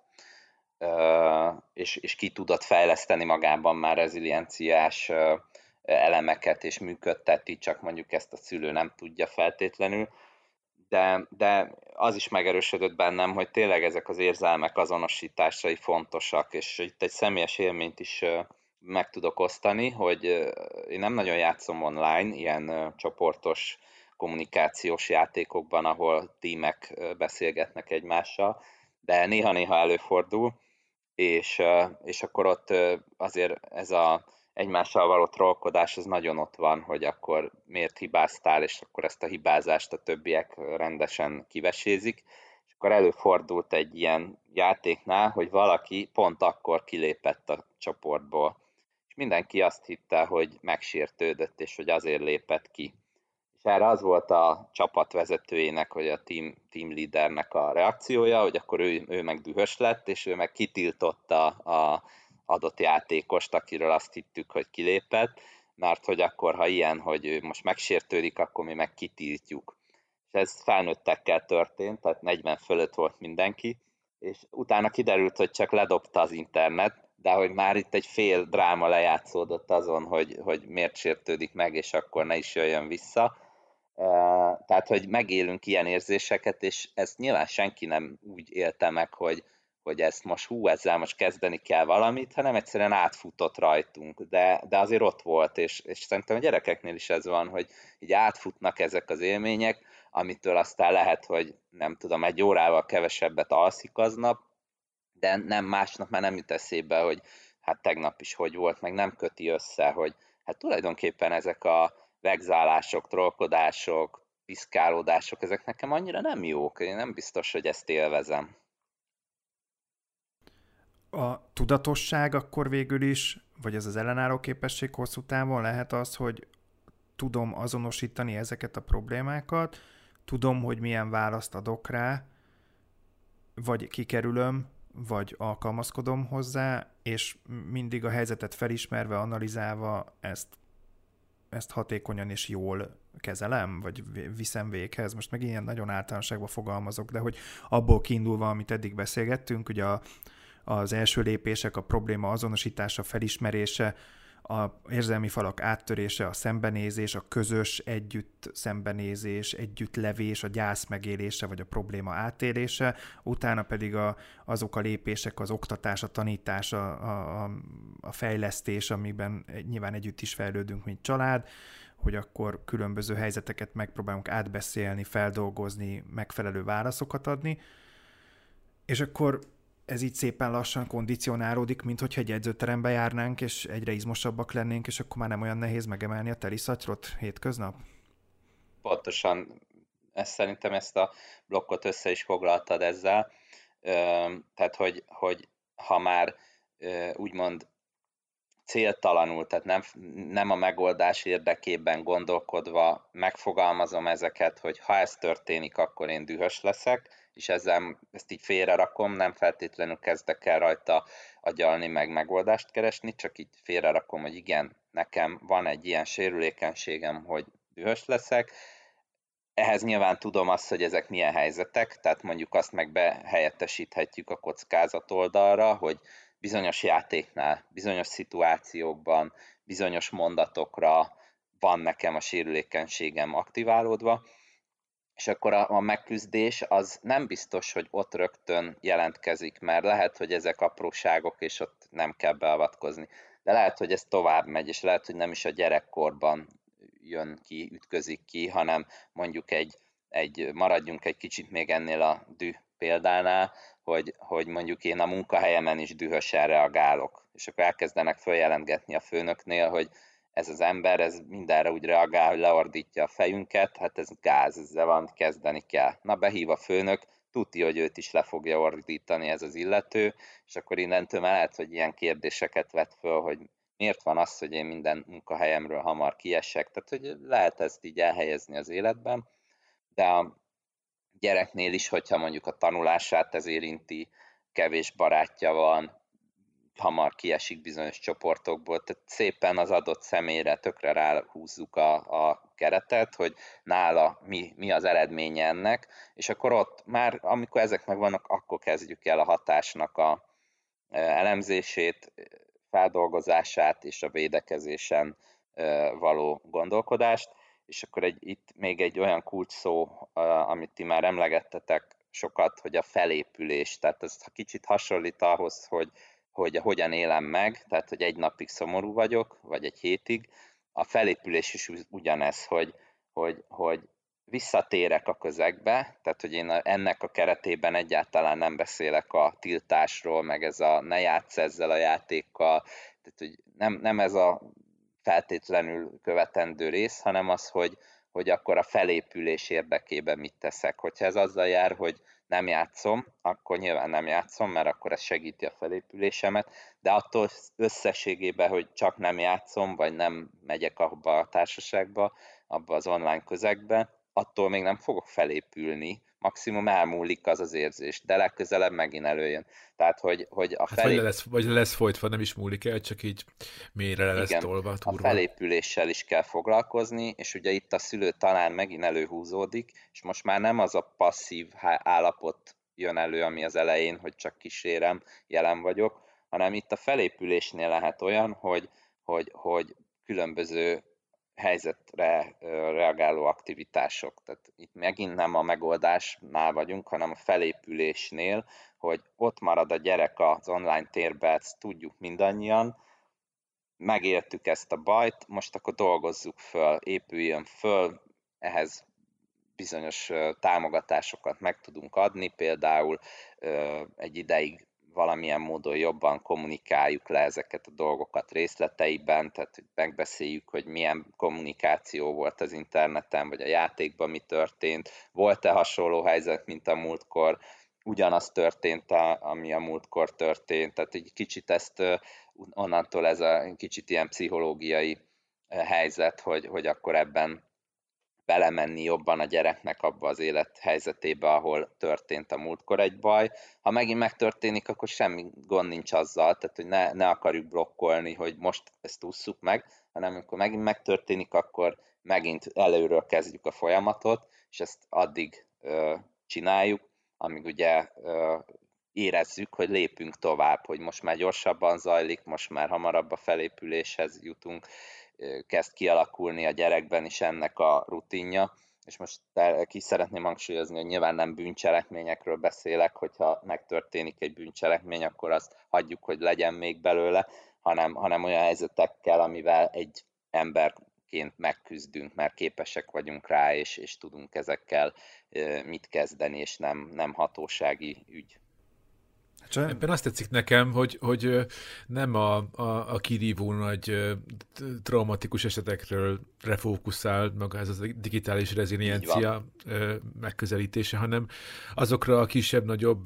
és ki tudott fejleszteni magában már rezilienciás elemeket, és működteti, csak mondjuk ezt a szülő nem tudja feltétlenül. De az is megerősödött bennem, hogy tényleg ezek az érzelmek azonosításai fontosak, és itt egy személyes élményt is meg tudok osztani, hogy én nem nagyon játszom online, ilyen csoportos kommunikációs játékokban, ahol tímek beszélgetnek egymással, de néha-néha előfordul, és akkor ott azért ez a egymással való trollkodás az nagyon ott van, hogy akkor miért hibáztál, és akkor ezt a hibázást a többiek rendesen kivesézik. És akkor előfordult egy ilyen játéknál, hogy valaki pont akkor kilépett a csoportból. És mindenki azt hitte, hogy megsértődött, és hogy azért lépett ki. És erre az volt a csapatvezetőjének, vagy a team leadernek a reakciója, hogy akkor ő meg dühös lett, és ő meg kitiltotta a adott játékost, akiről azt hittük, hogy kilépett, mert hogy akkor, ha ilyen, hogy ő most megsértődik, akkor mi meg kitiltjuk. És ez felnőttekkel történt, tehát 40 fölött volt mindenki, és utána kiderült, hogy csak ledobta az internet, de hogy már itt egy fél dráma lejátszódott azon, hogy miért sértődik meg, és akkor ne is jöjjön vissza. Tehát, hogy megélünk ilyen érzéseket, és ezt nyilván senki nem úgy élte meg, hogy ezt most ezzel most kezdeni kell valamit, hanem egyszerűen átfutott rajtunk, de azért ott volt, és szerintem a gyerekeknél is ez van, hogy így átfutnak ezek az élmények, amitől aztán lehet, hogy nem tudom, 1 órával kevesebbet alszik aznap, de nem másnap már nem jut eszébe, hogy hát tegnap is hogy volt, meg nem köti össze, hogy hát tulajdonképpen ezek a vegzálások, trollkodások, piszkálódások, ezek nekem annyira nem jók, én nem biztos, hogy ezt élvezem. a tudatosság akkor végül is, vagy ez az ellenálló képesség hosszú távon lehet az, hogy tudom azonosítani ezeket a problémákat, tudom, hogy milyen választ adok rá, vagy kikerülöm, vagy alkalmazkodom hozzá, és mindig a helyzetet felismerve, analizálva ezt hatékonyan és jól kezelem, vagy viszem véghez. Most meg ilyen nagyon általánosságban fogalmazok, de hogy abból kiindulva, amit eddig beszélgettünk, ugye az első lépések, a probléma azonosítása, felismerése, a érzelmi falak áttörése, a szembenézés, a közös együtt szembenézés, együttlevés, a gyász megélése, vagy a probléma átélése, utána pedig azok a lépések, az oktatás, a tanítás, a fejlesztés, amiben nyilván együtt is fejlődünk, mint család, hogy akkor különböző helyzeteket megpróbálunk átbeszélni, feldolgozni, megfelelő válaszokat adni, és akkor ez így szépen lassan kondicionálódik, mint hogyha egy edzőterembe járnánk, és egyre izmosabbak lennénk, és akkor már nem olyan nehéz megemelni a teliszatyrot hétköznap? Pontosan szerintem ezt a blokkot össze is foglaltad ezzel. Tehát, hogy ha már úgymond céltalanul, tehát nem a megoldás érdekében gondolkodva megfogalmazom ezeket, hogy ha ez történik, akkor én dühös leszek, és ezt így félrerakom, nem feltétlenül kezdek el rajta agyalni, meg megoldást keresni, csak így félrerakom, hogy igen, nekem van egy ilyen sérülékenységem, hogy dühös leszek. Ehhez nyilván tudom azt, hogy ezek milyen helyzetek, tehát mondjuk azt meg behelyettesíthetjük a kockázat oldalra, hogy bizonyos játéknál, bizonyos szituációkban, bizonyos mondatokra van nekem a sérülékenységem aktiválódva, és akkor a megküzdés az nem biztos, hogy ott rögtön jelentkezik, mert lehet, hogy ezek apróságok, és ott nem kell beavatkozni. De lehet, hogy ez tovább megy, és lehet, hogy nem is a gyerekkorban jön ki, ütközik ki, hanem mondjuk maradjunk egy kicsit még ennél a düh példánál, hogy mondjuk én a munkahelyemen is dühösen reagálok, és akkor elkezdenek följelentgetni a főnöknél, hogy ez az ember, ez mindenre úgy reagál, hogy leordítja a fejünket, hát ez gáz, ezzel valamit kezdeni kell. Na, behív a főnök, tuti, hogy őt is le fogja ordítani ez az illető, és akkor innentől már lehet, hogy ilyen kérdéseket vet föl, hogy miért van az, hogy én minden munkahelyemről hamar kiesek, tehát hogy lehet ezt így elhelyezni az életben, de a gyereknél is, hogyha mondjuk a tanulását ez érinti, kevés barátja van, hamar kiesik bizonyos csoportokból, tehát szépen az adott személyre tökre ráhúzzuk a keretet, hogy nála mi az eredménye ennek, és akkor ott már, amikor ezek megvannak, akkor kezdjük el a hatásnak a elemzését, feldolgozását és a védekezésen való gondolkodást, és akkor itt még egy olyan kulcs szó, amit ti már emlegettetek sokat, hogy a felépülés, tehát ez kicsit hasonlít ahhoz, hogy hogyan élem meg, tehát hogy egy napig szomorú vagyok, vagy egy hétig, a felépülés is ugyanez, hogy visszatérek a közegbe, tehát hogy én ennek a keretében egyáltalán nem beszélek a tiltásról, meg ez a ne játsz ezzel a játékkal, tehát hogy nem ez a feltétlenül követendő rész, hanem az, hogy akkor a felépülés érdekében mit teszek. Hogyha ez azzal jár, hogy nem játszom, akkor nyilván nem játszom, mert akkor ez segíti a felépülésemet, de attól összességében, hogy csak nem játszom, vagy nem megyek abba a társaságba, abba az online közegbe, attól még nem fogok felépülni, maximum elmúlik az az érzés, de legközelebb megint előjön. Tehát, hogy a vagy lesz folytva, nem is múlik el, csak így mélyre le lesz tolva, turva. A felépüléssel is kell foglalkozni, és ugye itt a szülő talán megint előhúzódik, és most már nem az a passzív állapot jön elő, ami az elején, hogy csak kísérem, jelen vagyok, hanem itt a felépülésnél lehet olyan, hogy különböző helyzetre reagáló aktivitások. Tehát itt megint nem a megoldásnál vagyunk, hanem a felépülésnél, hogy ott marad a gyerek az online térben, ezt tudjuk mindannyian, megértük ezt a bajt, most akkor dolgozzuk föl, épüljön föl, ehhez bizonyos támogatásokat meg tudunk adni, például egy ideig valamilyen módon jobban kommunikáljuk le ezeket a dolgokat részleteiben, tehát hogy megbeszéljük, hogy milyen kommunikáció volt az interneten, vagy a játékban mi történt, volt-e hasonló helyzet, mint a múltkor, ugyanaz történt, ami a múltkor történt, tehát egy kicsit ezt onnantól ez a kicsit ilyen pszichológiai helyzet, hogy akkor ebben belemenni jobban a gyereknek abba az élethelyzetébe, ahol történt a múltkor egy baj. Ha megint megtörténik, akkor semmi gond nincs azzal, tehát hogy ne akarjuk blokkolni, hogy most ezt ússzuk meg, hanem amikor megint megtörténik, akkor megint előről kezdjük a folyamatot, és ezt addig csináljuk, amíg ugye érezzük, hogy lépünk tovább, hogy most már gyorsabban zajlik, most már hamarabb a felépüléshez jutunk, kezd kialakulni a gyerekben is ennek a rutinja, és most ki szeretném hangsúlyozni, hogy nyilván nem bűncselekményekről beszélek, hogyha megtörténik egy bűncselekmény, akkor azt hagyjuk, hogy legyen még belőle, hanem olyan helyzetekkel, amivel egy emberként megküzdünk, mert képesek vagyunk rá, és tudunk ezekkel mit kezdeni, és nem hatósági ügy. Ebben azt tetszik nekem, hogy nem a kirívó nagy traumatikus esetekről refókuszál maga ez a digitális reziliencia megközelítése, hanem azokra a kisebb-nagyobb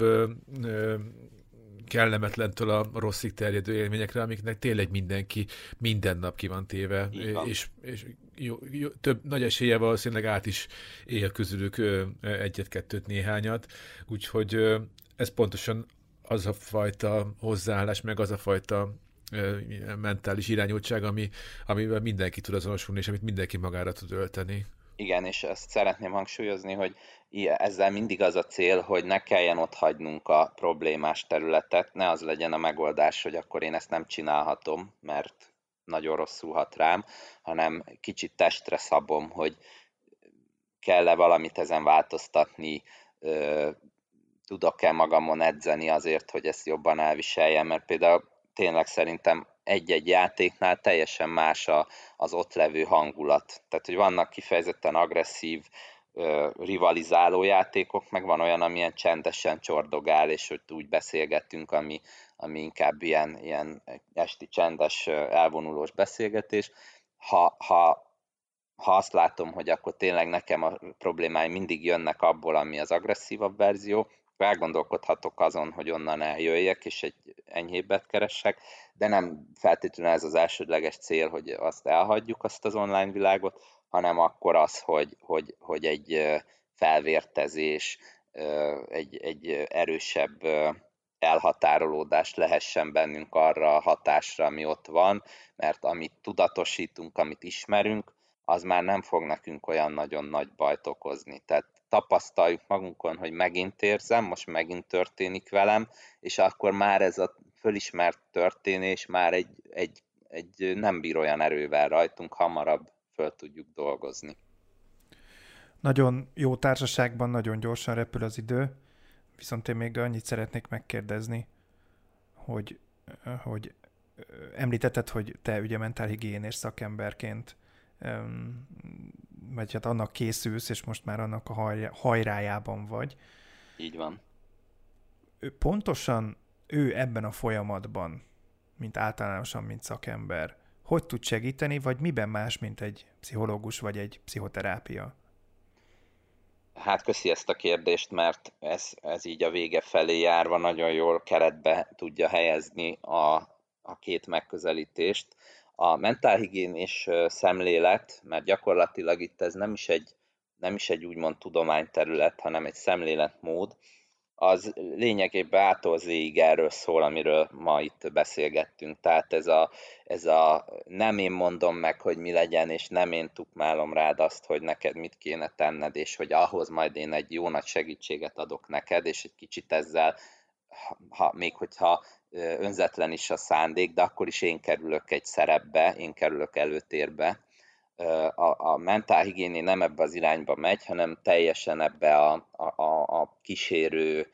kellemetlentől a rosszig terjedő élményekre, amiknek tényleg mindenki minden nap ki van téve, és több nagy esélye valószínűleg át is él közülük egyet-kettőt, néhányat, úgyhogy ez pontosan az a fajta hozzáállás, meg az a fajta mentális irányultság, amivel mindenki tud azonosulni, és amit mindenki magára tud ölteni. Igen, és ezt szeretném hangsúlyozni, hogy ezzel mindig az a cél, hogy ne kelljen ott hagynunk a problémás területet, ne az legyen a megoldás, hogy akkor én ezt nem csinálhatom, mert nagyon rosszul hat rám, hanem kicsit testre szabom, hogy kell-e valamit ezen változtatni, tudok-e magamon edzeni azért, hogy ezt jobban elviseljem, mert például tényleg szerintem egy-egy játéknál teljesen más az ott levő hangulat. Tehát, hogy vannak kifejezetten agresszív, rivalizáló játékok, meg van olyan, amilyen csendesen csordogál, és hogy úgy beszélgetünk, ami inkább ilyen esti csendes, elvonulós beszélgetés. Ha ha azt látom, hogy akkor tényleg nekem a problémáim mindig jönnek abból, ami az agresszívabb verzió, elgondolkodhatok azon, hogy onnan eljöjjek, és egy enyhébbet keressek, de nem feltétlenül ez az elsődleges cél, hogy azt elhagyjuk, azt az online világot, hanem akkor az, hogy egy felvértezés, egy erősebb elhatárolódás lehessen bennünk arra a hatásra, ami ott van, mert amit tudatosítunk, amit ismerünk, az már nem fog nekünk olyan nagyon nagy bajt okozni. Tehát tapasztaljuk magunkon, hogy megint érzem, most megint történik velem, és akkor már ez a fölismert történés már egy nem bír olyan erővel rajtunk, hamarabb föl tudjuk dolgozni. Nagyon jó társaságban nagyon gyorsan repül az idő, viszont én még annyit szeretnék megkérdezni, hogy említetted, hogy te ugye mentálhigiénés szakemberként vagy hát annak készülsz, és most már annak a hajrájában vagy. Így van. Pontosan ő ebben a folyamatban, mint általánosan, mint szakember, hogy tud segíteni, vagy miben más, mint egy pszichológus, vagy egy pszichoterápia? Hát köszi ezt a kérdést, mert ez így a vége felé járva nagyon jól keretbe tudja helyezni a két megközelítést. A mentálhigiénés szemlélet, mert gyakorlatilag itt ez nem is egy úgymond tudományterület, hanem egy szemléletmód, az lényegében A-tól Z-ig erről szól, amiről ma itt beszélgettünk. Tehát ez a nem én mondom meg, hogy mi legyen, és nem én tukmálom rád azt, hogy neked mit kéne tenned, és hogy ahhoz majd én egy jó nagy segítséget adok neked, és egy kicsit ezzel, még hogyha önzetlen is a szándék, de akkor is én kerülök egy szerepbe, én kerülök előtérbe. A mentálhigiéné nem ebbe az irányba megy, hanem teljesen ebbe a kísérő,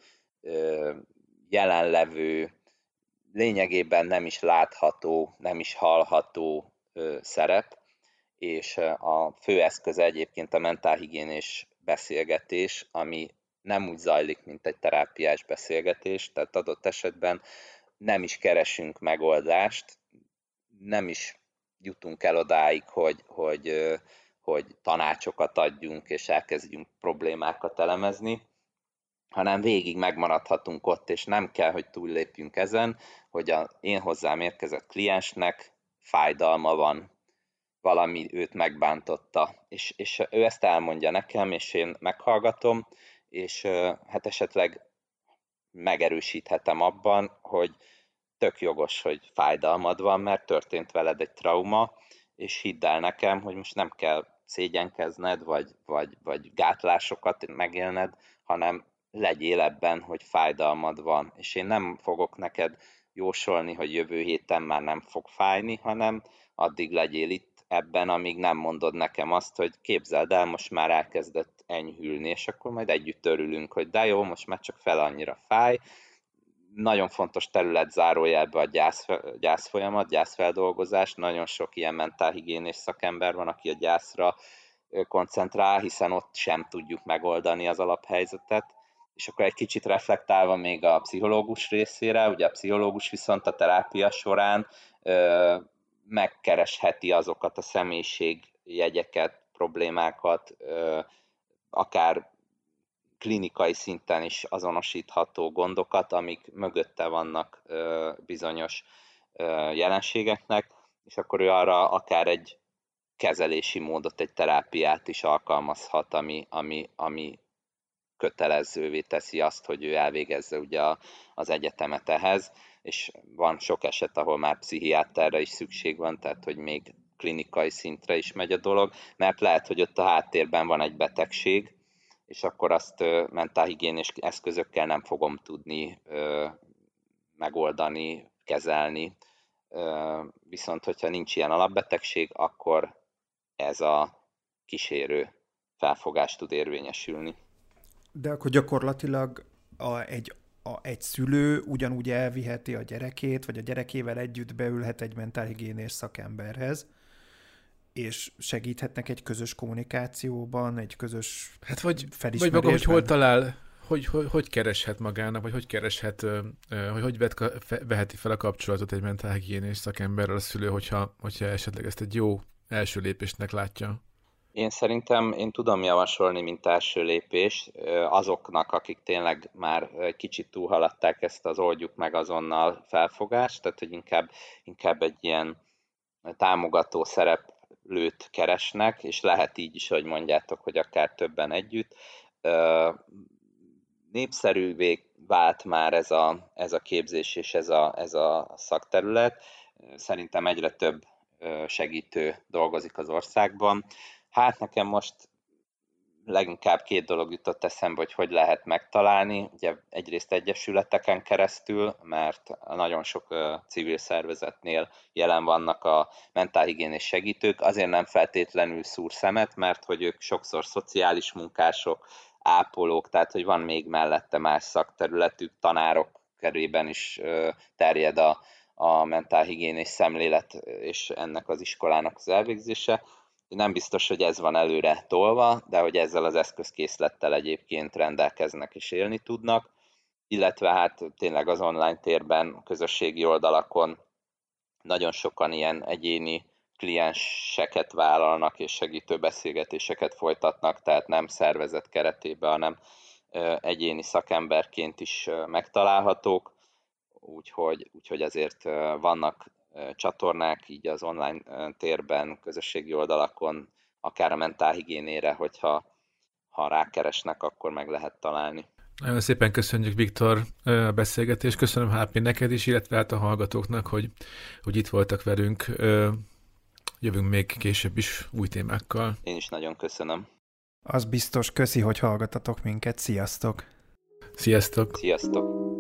jelenlevő, lényegében nem is látható, nem is hallható szerep, és a fő eszköz egyébként a mentálhigiénés beszélgetés, ami nem úgy zajlik, mint egy terápiás beszélgetés, tehát adott esetben nem is keresünk megoldást, nem is jutunk el odáig, hogy tanácsokat adjunk, és elkezdjünk problémákat elemezni, hanem végig megmaradhatunk ott, és nem kell, hogy túllépjünk ezen, hogy én hozzám érkezett kliensnek fájdalma van, valami őt megbántotta, és ő ezt elmondja nekem, és én meghallgatom, és hát esetleg megerősíthetem abban, hogy tök jogos, hogy fájdalmad van, mert történt veled egy trauma, és hidd el nekem, hogy most nem kell szégyenkezned, vagy gátlásokat megélned, hanem legyél ebben, hogy fájdalmad van. És én nem fogok neked jósolni, hogy jövő héten már nem fog fájni, hanem addig legyél itt ebben, amíg nem mondod nekem azt, hogy képzeld el, most már elkezdett enyhülni, és akkor majd együtt örülünk, hogy de jó, most már csak fel annyira fáj. Nagyon fontos terület zárójelbe a gyászfolyamat, gyászfeldolgozás. Nagyon sok ilyen mentálhigiénés szakember van, aki a gyászra koncentrál, hiszen ott sem tudjuk megoldani az alaphelyzetet. És akkor egy kicsit reflektálva még a pszichológus részére, ugye a pszichológus viszont a terápia során megkeresheti azokat a személyiségjegyeket, problémákat, akár klinikai szinten is azonosítható gondokat, amik mögötte vannak bizonyos jelenségeknek, és akkor ő arra akár egy kezelési módot, egy terápiát is alkalmazhat, ami kötelezővé teszi azt, hogy ő elvégezze ugye az egyetemet ehhez, és van sok eset, ahol már pszichiáterre is szükség van, tehát hogy még klinikai szintre is megy a dolog, mert lehet, hogy ott a háttérben van egy betegség, és akkor azt mentálhigiénés eszközökkel nem fogom tudni megoldani, kezelni. Viszont, hogyha nincs ilyen alapbetegség, akkor ez a kísérő felfogás tud érvényesülni. De akkor gyakorlatilag egy szülő ugyanúgy elviheti a gyerekét, vagy a gyerekével együtt beülhet egy mentálhigiénés szakemberhez, és segíthetnek egy közös kommunikációban, egy közös felismerésben. Vagy maga, hogy hol talál, hogy kereshet magának, vagy hogy kereshet, hogy veheti fel a kapcsolatot egy mentálhigiénés szakemberrel a szülő, hogyha esetleg ezt egy jó első lépésnek látja. Én szerintem én tudom javasolni, mint első lépés azoknak, akik tényleg már egy kicsit túlhaladták ezt az oldjuk meg azonnal felfogást, tehát hogy inkább egy ilyen támogató szereplőt keresnek, és lehet így is, hogy mondjátok, hogy akár többen együtt. Népszerűvé vált már ez a képzés és ez a szakterület. Szerintem egyre több segítő dolgozik az országban. Hát nekem most leginkább 2 dolog jutott eszembe, hogy lehet megtalálni. Ugye egyrészt egyesületeken keresztül, mert nagyon sok civil szervezetnél jelen vannak a mentálhigiénés segítők, azért nem feltétlenül szúr szemet, mert hogy ők sokszor szociális munkások, ápolók, tehát hogy van még mellette más szakterületük, tanárok körében is terjed a mentálhigiénés szemlélet és ennek az iskolának az elvégzése. Nem biztos, hogy ez van előre tolva, de hogy ezzel az eszközkészlettel egyébként rendelkeznek és élni tudnak, illetve hát tényleg az online térben, közösségi oldalakon nagyon sokan ilyen egyéni klienseket vállalnak és segítő beszélgetéseket folytatnak, tehát nem szervezet keretében, hanem egyéni szakemberként is megtalálhatók, úgyhogy azért vannak csatornák így az online térben, közösségi oldalakon, akár a mentálhigiénére, hogyha rákeresnek, akkor meg lehet találni. Nagyon szépen köszönjük, Viktor, a beszélgetést. Köszönöm HP neked is, illetve hát a hallgatóknak, hogy itt voltak velünk. Jövünk még később is új témákkal. Én is nagyon köszönöm. Az biztos, köszi, hogy hallgatatok minket. Sziasztok! Sziasztok! Sziasztok!